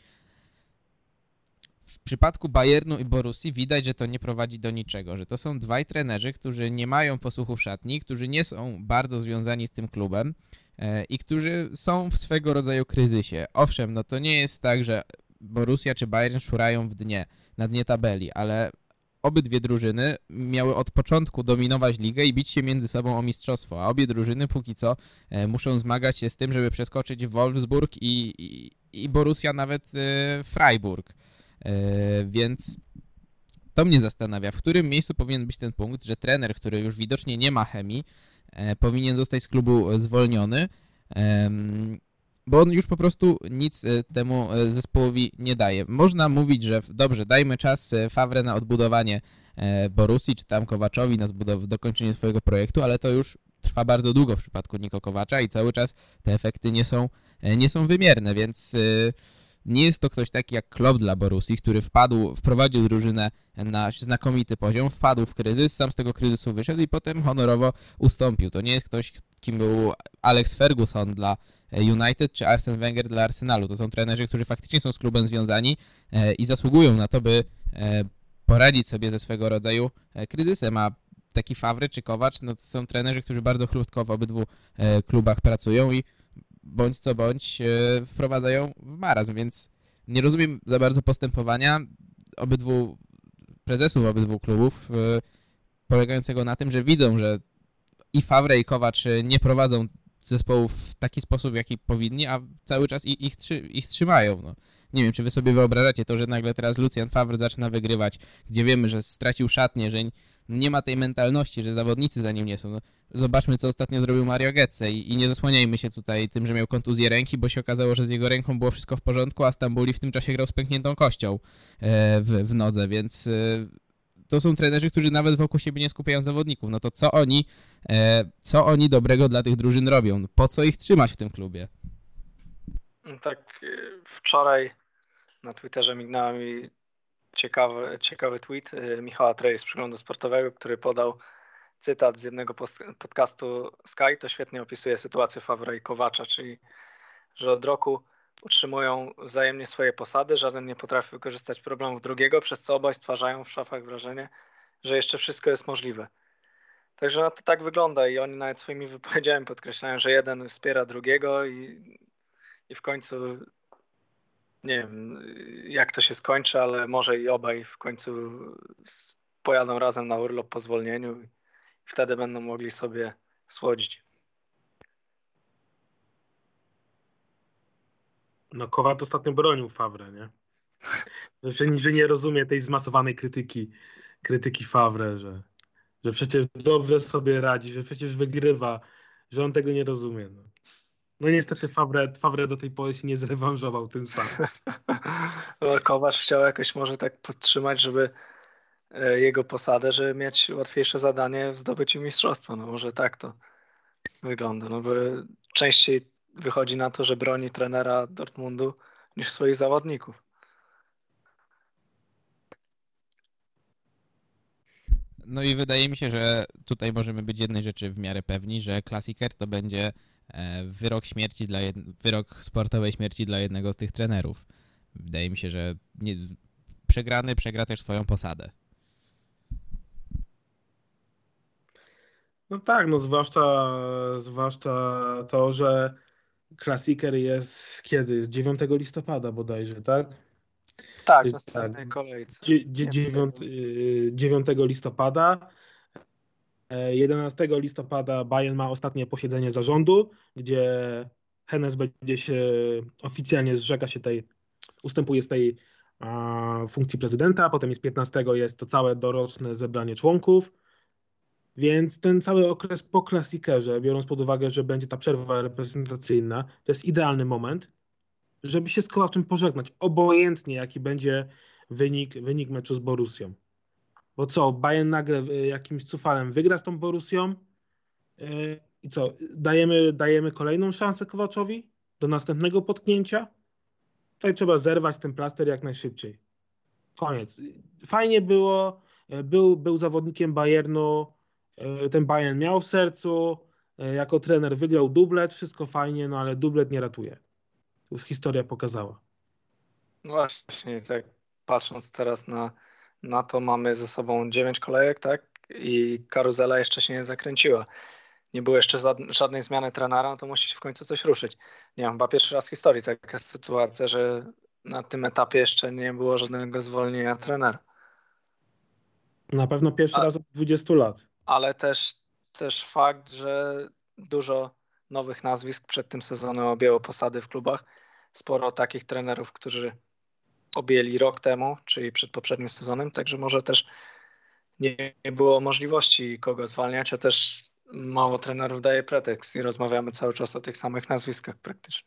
W przypadku Bayernu i Borussii widać, że to nie prowadzi do niczego, że to są dwaj trenerzy, którzy nie mają posłuchu w szatni, którzy nie są bardzo związani z tym klubem e, i którzy są w swego rodzaju kryzysie. Owszem, no to nie jest tak, że Borussia czy Bayern szurają w dnie, na dnie tabeli, ale obydwie drużyny miały od początku dominować ligę i bić się między sobą o mistrzostwo, a obie drużyny póki co e, muszą zmagać się z tym, żeby przeskoczyć Wolfsburg i, i, i Borussia nawet e, Freiburg. E, więc to mnie zastanawia, w którym miejscu powinien być ten punkt, że trener, który już widocznie nie ma chemii, e, powinien zostać z klubu zwolniony, e, bo on już po prostu nic e, temu e, zespołowi nie daje. Można mówić, że w- dobrze, dajmy czas e, Favre na odbudowanie e, Borussii, czy tam Kovaczowi na zbudow- dokończenie swojego projektu, ale to już trwa bardzo długo w przypadku Niko Kovacza i cały czas te efekty nie są, e, nie są wymierne, więc... E, nie jest to ktoś taki jak Klopp dla Borussii, który wpadł, wprowadził drużynę na znakomity poziom, wpadł w kryzys, sam z tego kryzysu wyszedł i potem honorowo ustąpił. To nie jest ktoś, kim był Alex Ferguson dla United czy Arsene Wenger dla Arsenalu. To są trenerzy, którzy faktycznie są z klubem związani e, i zasługują na to, by e, poradzić sobie ze swego rodzaju e, kryzysem, a taki Favre czy Kovac, no to są trenerzy, którzy bardzo krótko w obydwu e, klubach pracują i bądź co bądź e, wprowadzają w marazm, więc nie rozumiem za bardzo postępowania obydwu prezesów obydwu klubów e, polegającego na tym, że widzą, że i Favre i Kovac e, nie prowadzą zespołów w taki sposób, jaki powinni, a cały czas ich, ich, trzy, ich trzymają. No. Nie wiem, czy wy sobie wyobrażacie to, że nagle teraz Lucien Favre zaczyna wygrywać, gdzie wiemy, że stracił szatnię, że nie ma tej mentalności, że zawodnicy za nim nie są. No, zobaczmy, co ostatnio zrobił Mario Götze i, i nie zasłaniajmy się tutaj tym, że miał kontuzję ręki, bo się okazało, że z jego ręką było wszystko w porządku, a Stambuli w tym czasie grał z pękniętą kością e, w, w nodze, więc e, to są trenerzy, którzy nawet wokół siebie nie skupiają zawodników. No to co oni, e, co oni dobrego dla tych drużyn robią? Po co ich trzymać w tym klubie? Tak, wczoraj na Twitterze mignął mi ciekawy, ciekawy tweet Michała Trej z Przeglądu Sportowego, który podał cytat z jednego podcastu Sky. To świetnie opisuje sytuację Favre i Kowacza, czyli że od roku utrzymują wzajemnie swoje posady, żaden nie potrafi wykorzystać problemów drugiego, przez co obaj stwarzają w szafach wrażenie, że jeszcze wszystko jest możliwe. Także no to tak wygląda i oni nawet swoimi wypowiedziami podkreślają, że jeden wspiera drugiego i, i w końcu nie wiem, jak to się skończy, ale może i obaj w końcu pojadą razem na urlop po zwolnieniu i wtedy będą mogli sobie słodzić. No Kowat ostatnio bronił Favre, nie? Że, że nie rozumie tej zmasowanej krytyki, krytyki Favre, że, że przecież dobrze sobie radzi, że przecież wygrywa, że on tego nie rozumie. No, no niestety Favre, Favre do tej pory się nie zrewanżował tym samym. Kowacz chciał jakoś może tak podtrzymać, żeby jego posadę, żeby mieć łatwiejsze zadanie w zdobyciu mistrzostwa. No może tak to wygląda, no bo częściej wychodzi na to, że broni trenera Dortmundu niż swoich zawodników. No i wydaje mi się, że tutaj możemy być jednej rzeczy w miarę pewni, że Klasiker to będzie wyrok śmierci dla jed... wyrok sportowej śmierci dla jednego z tych trenerów. Wydaje mi się, że nie... przegrany przegra też swoją posadę. No tak, no zwłaszcza, zwłaszcza to, że Klasiker jest kiedy? dziewiątego listopada bodajże, tak? Tak, Y, w następnej tak. kolejce. Dzie- dzie- dziewiąt- y, dziewiątego listopada. E, jedenastego listopada Bayern ma ostatnie posiedzenie zarządu, gdzie Hennes będzie się oficjalnie zrzeka się tej, ustępuje z tej a, funkcji prezydenta, potem jest piętnastego jest to całe doroczne zebranie członków, więc ten cały okres po Klasikerze, biorąc pod uwagę, że będzie ta przerwa reprezentacyjna, to jest idealny moment, żeby się z Kołaczem pożegnać, obojętnie jaki będzie wynik, wynik meczu z Borussią. Bo co, Bayern nagle y, jakimś cufalem wygra z tą Borussią y, i co, dajemy, dajemy kolejną szansę Kowaczowi do następnego potknięcia? Tutaj trzeba zerwać ten plaster jak najszybciej. Koniec. Fajnie było, y, był, był zawodnikiem Bayernu, y, ten Bayern miał w sercu, y, jako trener wygrał dublet, wszystko fajnie, no ale dublet nie ratuje. To już historia pokazała. No właśnie, tak patrząc teraz na, na to, mamy ze sobą dziewięć kolejek, tak? I karuzela jeszcze się nie zakręciła. Nie było jeszcze żadnej zmiany trenera, no to musi się w końcu coś ruszyć. Nie wiem, chyba pierwszy raz w historii taka sytuacja, że na tym etapie jeszcze nie było żadnego zwolnienia trenera. Na pewno pierwszy A, raz od dwudziestu lat. Ale też, też fakt, że dużo nowych nazwisk przed tym sezonem objęło posady w klubach. Sporo takich trenerów, którzy objęli rok temu, czyli przed poprzednim sezonem, także może też nie, nie było możliwości kogo zwalniać, a też mało trenerów daje pretekst i rozmawiamy cały czas o tych samych nazwiskach praktycznie.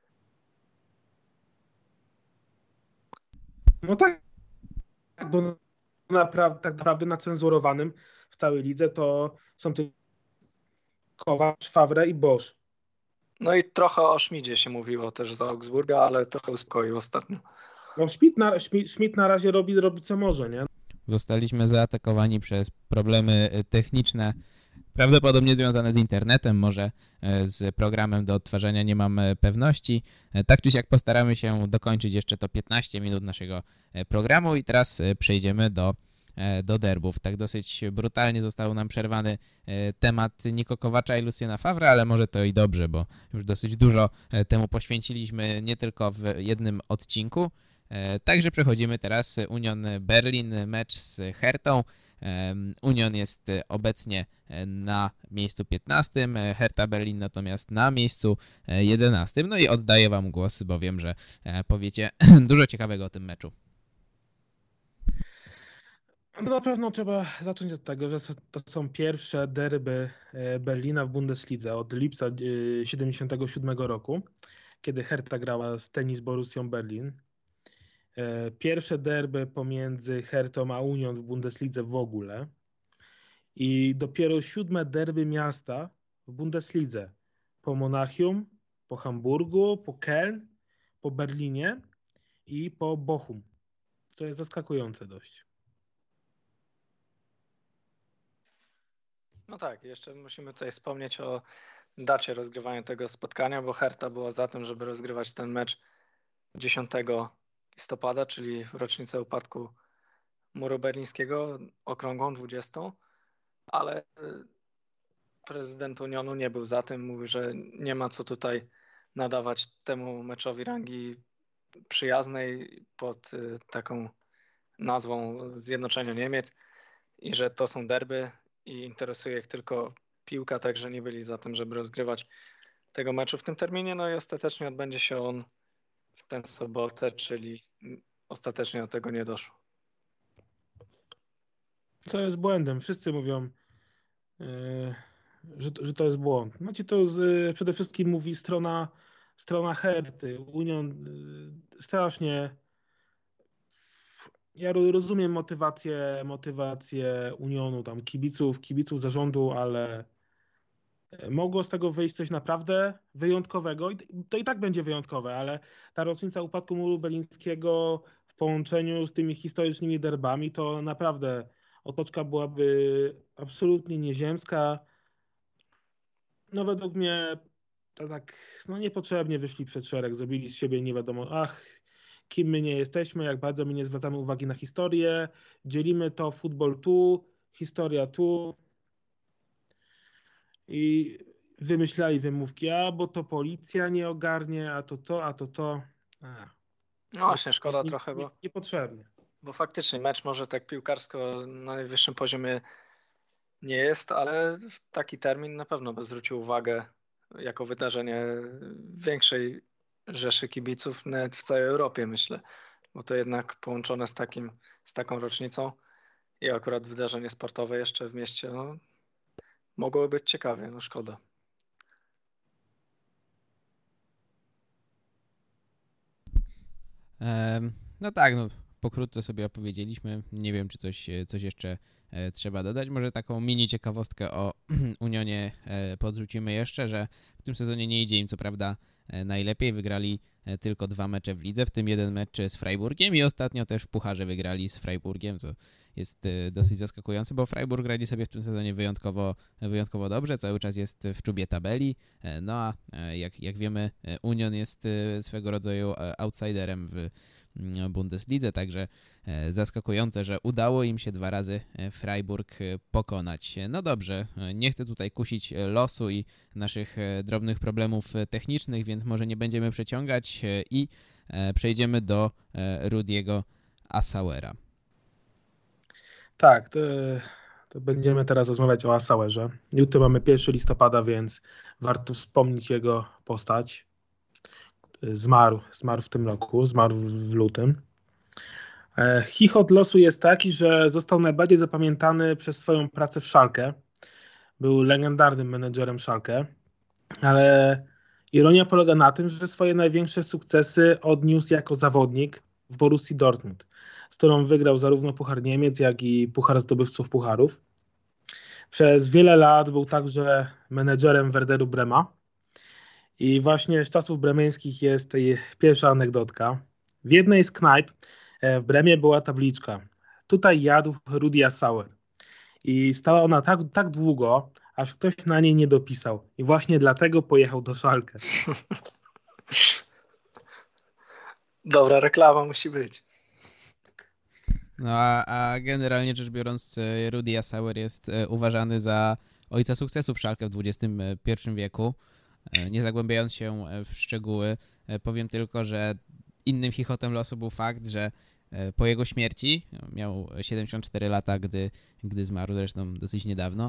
No tak, bo naprawdę, tak naprawdę na cenzurowanym w całej lidze to są tylko Kowacz, Favre i Bosz. No i trochę o Schmidzie się mówiło też z Augsburga, ale trochę uspokoił ostatnio. No Schmidt na, Schmidt, Schmidt na razie robi, robi co może, nie? Zostaliśmy zaatakowani przez problemy techniczne, prawdopodobnie związane z internetem, może z programem do odtwarzania, nie mam pewności. Tak czy siak postaramy się dokończyć jeszcze to piętnaście minut naszego programu i teraz przejdziemy do, do derbów. Tak dosyć brutalnie został nam przerwany temat Niko Kowacza i Luciana Favre, ale może to i dobrze, bo już dosyć dużo temu poświęciliśmy nie tylko w jednym odcinku. Także przechodzimy teraz Union Berlin, mecz z Hertą. Union jest obecnie na miejscu piętnastym, Hertha Berlin natomiast na miejscu jedenastym. No i oddaję wam głos, bo wiem, że powiecie dużo ciekawego o tym meczu. No na pewno trzeba zacząć od tego, że to są pierwsze derby Berlina w Bundeslidze od lipca siedemdziesiątego siódmego roku, kiedy Hertha grała z Tennis Borussią Berlin. Pierwsze derby pomiędzy Hertą a Union w Bundeslidze w ogóle. I dopiero siódme derby miasta w Bundeslidze. Po Monachium, po Hamburgu, po Köln, po Berlinie i po Bochum. Co jest zaskakujące dość. No tak, jeszcze musimy tutaj wspomnieć o dacie rozgrywania tego spotkania, bo Hertha była za tym, żeby rozgrywać ten mecz dziesiątego listopada, czyli w rocznicę upadku muru berlińskiego, okrągłą dwudziestą, ale prezydent Unionu nie był za tym, mówił, że nie ma co tutaj nadawać temu meczowi rangi przyjaznej pod taką nazwą Zjednoczenia Niemiec i że to są derby i interesuje ich tylko piłka, także nie byli za tym, żeby rozgrywać tego meczu w tym terminie, no i ostatecznie odbędzie się on w tę sobotę, czyli ostatecznie do tego nie doszło. Co jest błędem? Wszyscy mówią, yy, że, że to jest błąd. Znaczy to z, przede wszystkim mówi strona, strona Herty. Union yy, strasznie... Ja rozumiem motywację, motywację Unionu, tam kibiców, kibiców zarządu, ale mogło z tego wyjść coś naprawdę wyjątkowego i to i tak będzie wyjątkowe, ale ta rocznica upadku muru berlińskiego w połączeniu z tymi historycznymi derbami to naprawdę otoczka byłaby absolutnie nieziemska. No według mnie to tak no niepotrzebnie wyszli przed szereg, zrobili z siebie nie wiadomo, ach, kim my nie jesteśmy, jak bardzo my nie zwracamy uwagi na historię, dzielimy to futbol tu, historia tu i wymyślali wymówki, a bo to policja nie ogarnie, a to to, a to to. A, No właśnie, szkoda nie, trochę, nie, bo, niepotrzebnie. bo faktycznie mecz może tak piłkarsko na najwyższym poziomie nie jest, ale taki termin na pewno by zwrócił uwagę jako wydarzenie większej rzeszy kibiców, nawet w całej Europie, myślę, bo to jednak połączone z takim, z taką rocznicą i akurat wydarzenie sportowe jeszcze w mieście, no, mogłoby być ciekawie, no szkoda. Em, no tak, no pokrótce sobie opowiedzieliśmy. Nie wiem, czy coś, coś jeszcze e, trzeba dodać. Może taką mini ciekawostkę o Unionie e, podrzucimy jeszcze, że w tym sezonie nie idzie im co prawda e, najlepiej. Wygrali e, tylko dwa mecze w lidze, w tym jeden mecz z Freiburgiem i ostatnio też w Pucharze wygrali z Freiburgiem, co jest e, dosyć zaskakujące, bo Freiburg radzi sobie w tym sezonie wyjątkowo, wyjątkowo dobrze, cały czas jest w czubie tabeli, e, no a e, jak, jak wiemy e, Union jest e, swego rodzaju e, outsiderem w Bundeslidze, także e, zaskakujące, że udało im się dwa razy e, Freiburg e, pokonać. No dobrze, e, nie chcę tutaj kusić e, losu i naszych e, drobnych problemów e, technicznych, więc może nie będziemy przeciągać e, i e, przejdziemy do e, Rudiego Assauera. Tak, to, to będziemy teraz rozmawiać o Assauerze. Jutro mamy pierwszego listopada, więc warto wspomnieć jego postać. Zmarł, zmarł w tym roku, zmarł w lutym. Chichot losu jest taki, że został najbardziej zapamiętany przez swoją pracę w Schalke. Był legendarnym menedżerem Schalke, ale ironia polega na tym, że swoje największe sukcesy odniósł jako zawodnik w Borussii Dortmund, z którą wygrał zarówno Puchar Niemiec, jak i Puchar Zdobywców Pucharów. Przez wiele lat był także menedżerem Werderu Brema. I właśnie z czasów bremeńskich jest pierwsza anegdotka. W jednej z knajp w Bremie była tabliczka. Tutaj jadł Rudi Assauer. I stała ona tak, tak długo, aż ktoś na niej nie dopisał. I właśnie dlatego pojechał do Schalke. Dobra reklama musi być. No a, a generalnie rzecz biorąc, Rudi Assauer jest uważany za ojca sukcesu w Schalke w dwudziestym pierwszym wieku. Nie zagłębiając się w szczegóły, powiem tylko, że innym chichotem losu był fakt, że po jego śmierci, miał siedemdziesiąt cztery lata, gdy, gdy zmarł, zresztą dosyć niedawno,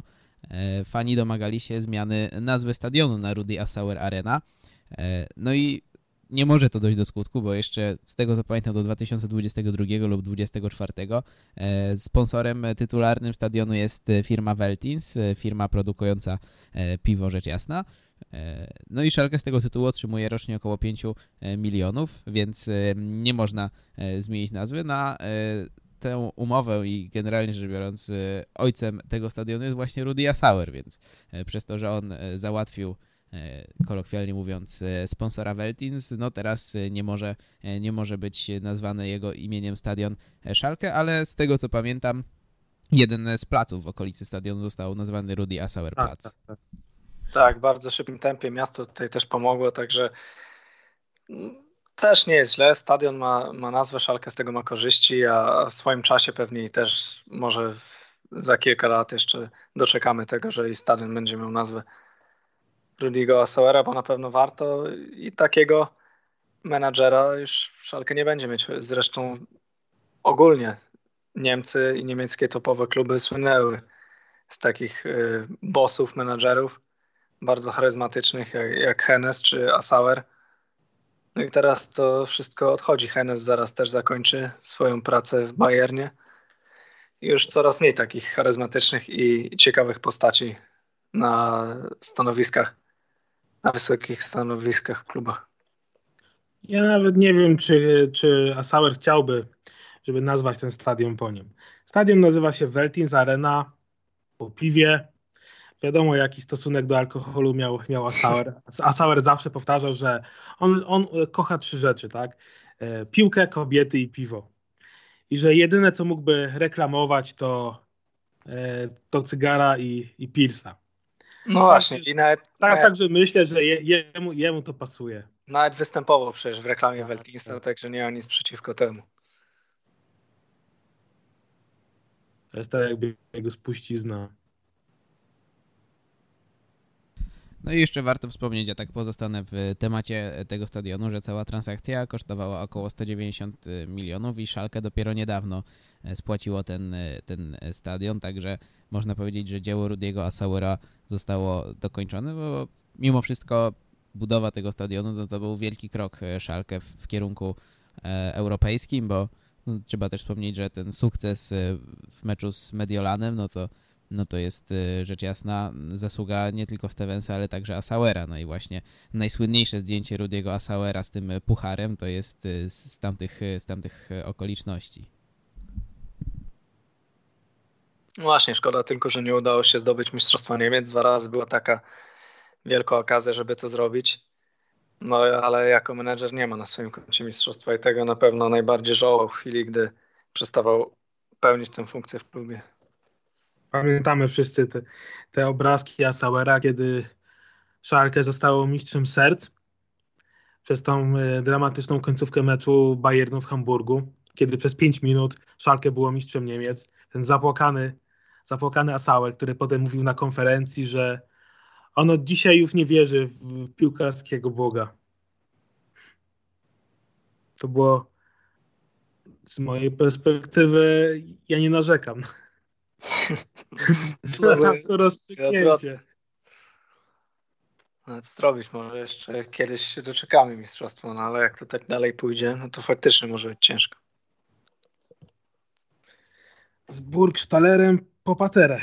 fani domagali się zmiany nazwy stadionu na Rudi Assauer Arena. No i nie może to dojść do skutku, bo jeszcze z tego co pamiętam do dwa tysiące dwudziestego drugiego lub dwudziestego czwartego e, sponsorem tytularnym stadionu jest firma Veltins, firma produkująca e, piwo rzecz jasna. E, no i Schalke z tego tytułu otrzymuje rocznie około pięć milionów, więc e, nie można e, zmienić nazwy na e, tę umowę i generalnie rzecz biorąc e, ojcem tego stadionu jest właśnie Rudi Assauer, więc e, przez to, że on e, załatwił kolokwialnie mówiąc sponsora Veltins, no teraz nie może, nie może być nazwany jego imieniem stadion Schalke, ale z tego co pamiętam jeden z placów w okolicy stadionu został nazwany Rudi Assauer Platz. Tak, tak, tak. Tak, w bardzo szybkim tempie miasto tutaj też pomogło, także też nie jest źle. Stadion ma, ma nazwę, Schalke z tego ma korzyści, a w swoim czasie pewnie też może za kilka lat jeszcze doczekamy tego, że i stadion będzie miał nazwę Rudiego Assauera, bo na pewno warto i takiego menadżera już Schalke nie będzie mieć. Zresztą ogólnie Niemcy i niemieckie topowe kluby słynęły z takich y, bossów, menadżerów bardzo charyzmatycznych jak, jak Hennes czy Assauer. No i teraz to wszystko odchodzi. Hennes zaraz też zakończy swoją pracę w Bayernie. I już coraz mniej takich charyzmatycznych i ciekawych postaci na stanowiskach, na wysokich stanowiskach w klubach. Ja nawet nie wiem, czy, czy Assauer chciałby, żeby nazwać ten stadion po nim. Stadion nazywa się Veltins Arena po piwie. Wiadomo, jaki stosunek do alkoholu miał, miał Assauer. Assauer zawsze powtarzał, że on, on kocha trzy rzeczy, tak? Piłkę, kobiety i piwo. I że jedyne, co mógłby reklamować, to, to cygara i, i pilsa. No właśnie. I nawet, tak, nawet, także myślę, że je, jemu, jemu to pasuje. Nawet występował przecież w reklamie tak, Veltinsa, tak. Także nie ma nic przeciwko temu. To jest tak jakby jego spuścizna. No i jeszcze warto wspomnieć, ja tak pozostanę w temacie tego stadionu, że cała transakcja kosztowała około sto dziewięćdziesiąt milionów i Schalke dopiero niedawno spłaciło ten, ten stadion, także można powiedzieć, że dzieło Rudiego Assauera zostało dokończone, bo mimo wszystko budowa tego stadionu no to był wielki krok Schalke w, w kierunku europejskim, bo no, trzeba też wspomnieć, że ten sukces w meczu z Mediolanem, no to no to jest rzecz jasna zasługa nie tylko Stevensa, ale także Assauera. No i właśnie najsłynniejsze zdjęcie Rudiego Assauera z tym pucharem to jest z tamtych, z tamtych okoliczności. No właśnie, szkoda tylko, że nie udało się zdobyć Mistrzostwa Niemiec. Dwa razy była taka wielka okazja, żeby to zrobić. No ale jako menedżer nie ma na swoim koncie mistrzostwa i tego na pewno najbardziej żałował w chwili, gdy przestawał pełnić tę funkcję w klubie. Pamiętamy wszyscy te, te obrazki Assauera, kiedy Schalke zostało mistrzem serc przez tą e, dramatyczną końcówkę meczu Bayernu w Hamburgu, kiedy przez pięć minut Schalke było mistrzem Niemiec. Ten zapłakany, zapłakany Assauer, który potem mówił na konferencji, że on od dzisiaj już nie wierzy w piłkarskiego Boga. To było z mojej perspektywy, ja nie narzekam na to rozstrzygnięcie. No co zrobić, może jeszcze kiedyś się doczekamy mistrzostwa, no ale jak to tak dalej pójdzie, no to faktycznie może być ciężko. Z Burgstalerem po paterę.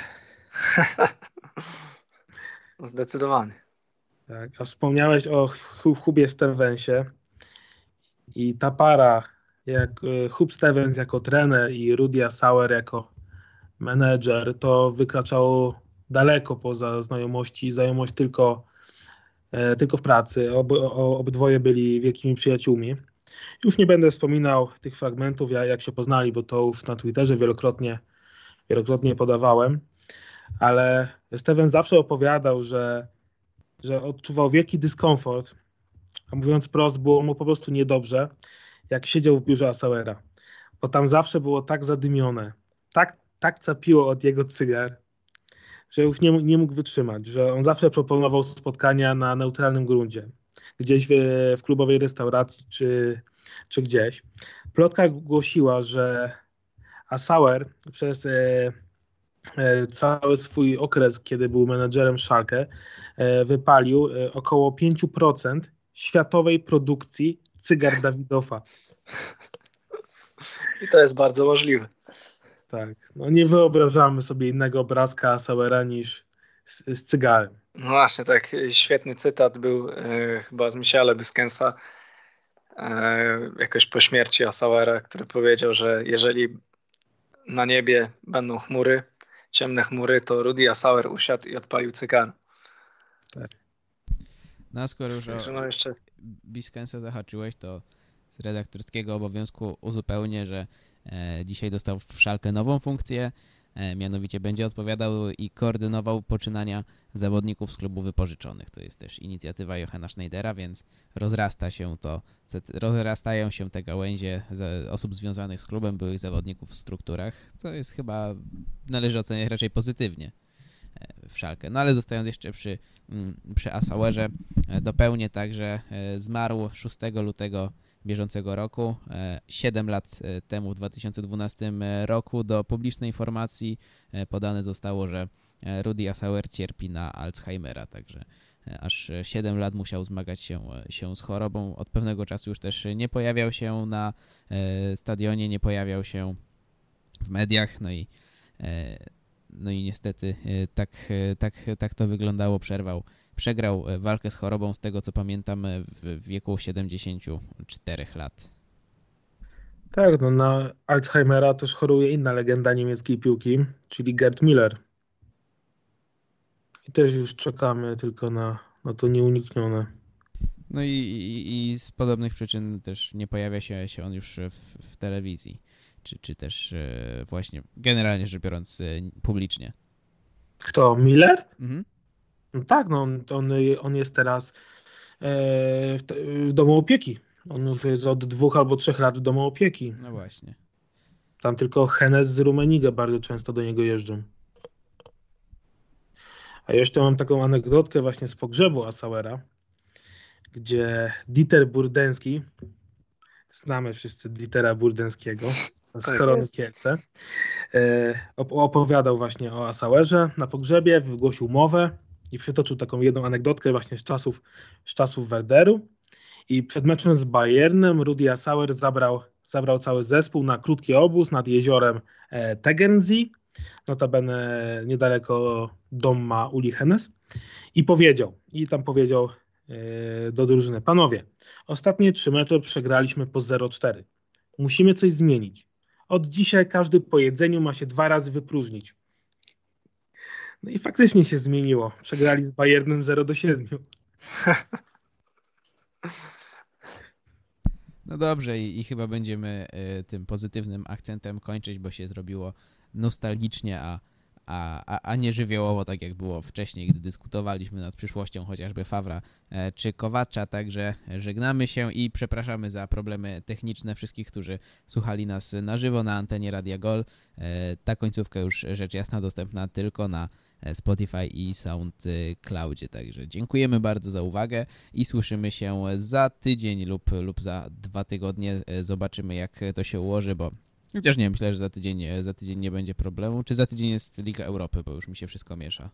Zdecydowanie. Tak, a wspomniałeś o Hubie Stevensie i ta para, jak Hub Stevens jako trener i Rudi Assauer jako menedżer, to wykraczało daleko poza znajomości, znajomość tylko, e, tylko w pracy. Ob, o, obydwoje byli wielkimi przyjaciółmi. Już nie będę wspominał tych fragmentów, jak, jak się poznali, bo to już na Twitterze wielokrotnie, wielokrotnie podawałem, ale Stevens zawsze opowiadał, że, że odczuwał wielki dyskomfort, a mówiąc wprost, było mu po prostu niedobrze, jak siedział w biurze Assauera, bo tam zawsze było tak zadymione, tak, tak capiło od jego cygar, że już nie, nie mógł wytrzymać, że on zawsze proponował spotkania na neutralnym gruncie, gdzieś w, w klubowej restauracji czy, czy gdzieś. Plotka głosiła, że Assauer przez e, e, cały swój okres, kiedy był menedżerem Schalke, e, wypalił e, około pięć procent światowej produkcji cygar Dawidowa. I to jest bardzo możliwe. Tak, no nie wyobrażamy sobie innego obrazka Sauera niż z, z cygarem. No właśnie, tak świetny cytat był e, chyba z Michaela Busquetsa e, jakoś po śmierci Assauera, który powiedział, że jeżeli na niebie będą chmury, ciemne chmury, to Rudi Assauer usiadł i odpalił cygar. Tak. No a skoro już Także o no jeszcze... Busquetsa zahaczyłeś, to z redaktorskiego obowiązku uzupełnię, że e, dzisiaj dostał w Schalke nową funkcję, e, mianowicie będzie odpowiadał i koordynował poczynania zawodników z klubu wypożyczonych. To jest też inicjatywa Johanna Schneidera, więc rozrasta się to, te, rozrastają się te gałęzie z, osób związanych z klubem, byłych zawodników w strukturach, co jest chyba, należy oceniać raczej pozytywnie w Schalke. No ale zostając jeszcze przy, przy Assauerze, dopełnię także, zmarł szóstego lutego bieżącego roku. siedem lat temu, w dwa tysiące dwunastym roku, do publicznej informacji podane zostało, że Rudi Assauer cierpi na Alzheimera, także aż siedem lat musiał zmagać się, się z chorobą. Od pewnego czasu już też nie pojawiał się na stadionie, nie pojawiał się w mediach, no i no i niestety tak, tak, tak to wyglądało, przerwał. Przegrał walkę z chorobą, z tego co pamiętam, w wieku siedemdziesięciu czterech lat. Tak, no na Alzheimera też choruje inna legenda niemieckiej piłki, czyli Gerd Müller. I też już czekamy tylko na, na to nieuniknione. No i, i, i z podobnych przyczyn też nie pojawia się, się on już w, w telewizji, czy, czy też właśnie generalnie rzecz biorąc publicznie. Kto? Müller? Mhm. No tak, no on, on, on jest teraz e, w, w domu opieki. On już jest od dwóch albo trzech lat w domu opieki. No właśnie. Tam tylko Hennes z Rummenigge bardzo często do niego jeżdżą. A jeszcze mam taką anegdotkę właśnie z pogrzebu Assauera, gdzie Dieter Burdenski, znamy wszyscy Dietera Burdenskiego z Tak Korony jest. Kielce, e, opowiadał właśnie o Assauerze na pogrzebie, wygłosił mowę i przytoczył taką jedną anegdotkę właśnie z czasów, z czasów Werderu. I przed meczem z Bayernem Rudi Assauer zabrał, zabrał cały zespół na krótki obóz nad jeziorem e, Tegernsee, notabene niedaleko Doma Uli Hennes, i powiedział, i tam powiedział e, do drużyny: panowie, ostatnie trzy mecze przegraliśmy po zero cztery. Musimy coś zmienić. Od dzisiaj każdy po jedzeniu ma się dwa razy wypróżnić. No i faktycznie się zmieniło. Przegrali z Bayernem zero do siedmiu. No dobrze i, i chyba będziemy y, tym pozytywnym akcentem kończyć, bo się zrobiło nostalgicznie, a, a, a, a nie żywiołowo, tak jak było wcześniej, gdy dyskutowaliśmy nad przyszłością chociażby Fawra e, czy Kowacza. Także żegnamy się i przepraszamy za problemy techniczne wszystkich, którzy słuchali nas na żywo na antenie Radia Gol. E, ta końcówka już rzecz jasna dostępna tylko na Spotify i SoundCloudzie. Także dziękujemy bardzo za uwagę i słyszymy się za tydzień lub, lub za dwa tygodnie. Zobaczymy, jak to się ułoży, bo chociaż nie, myślę, że za tydzień, za tydzień nie będzie problemu. Czy za tydzień jest Liga Europy, bo już mi się wszystko miesza.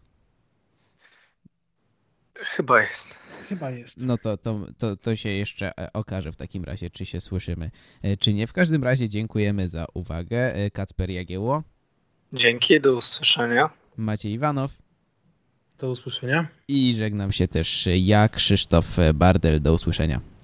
Chyba jest. Chyba jest. No to, to, to, to się jeszcze okaże w takim razie, czy się słyszymy, czy nie. W każdym razie dziękujemy za uwagę. Kacper Jagiełło. Dzięki, do usłyszenia. Maciej Iwanow. Do usłyszenia. I żegnam się też ja, Krzysztof Bardel. Do usłyszenia.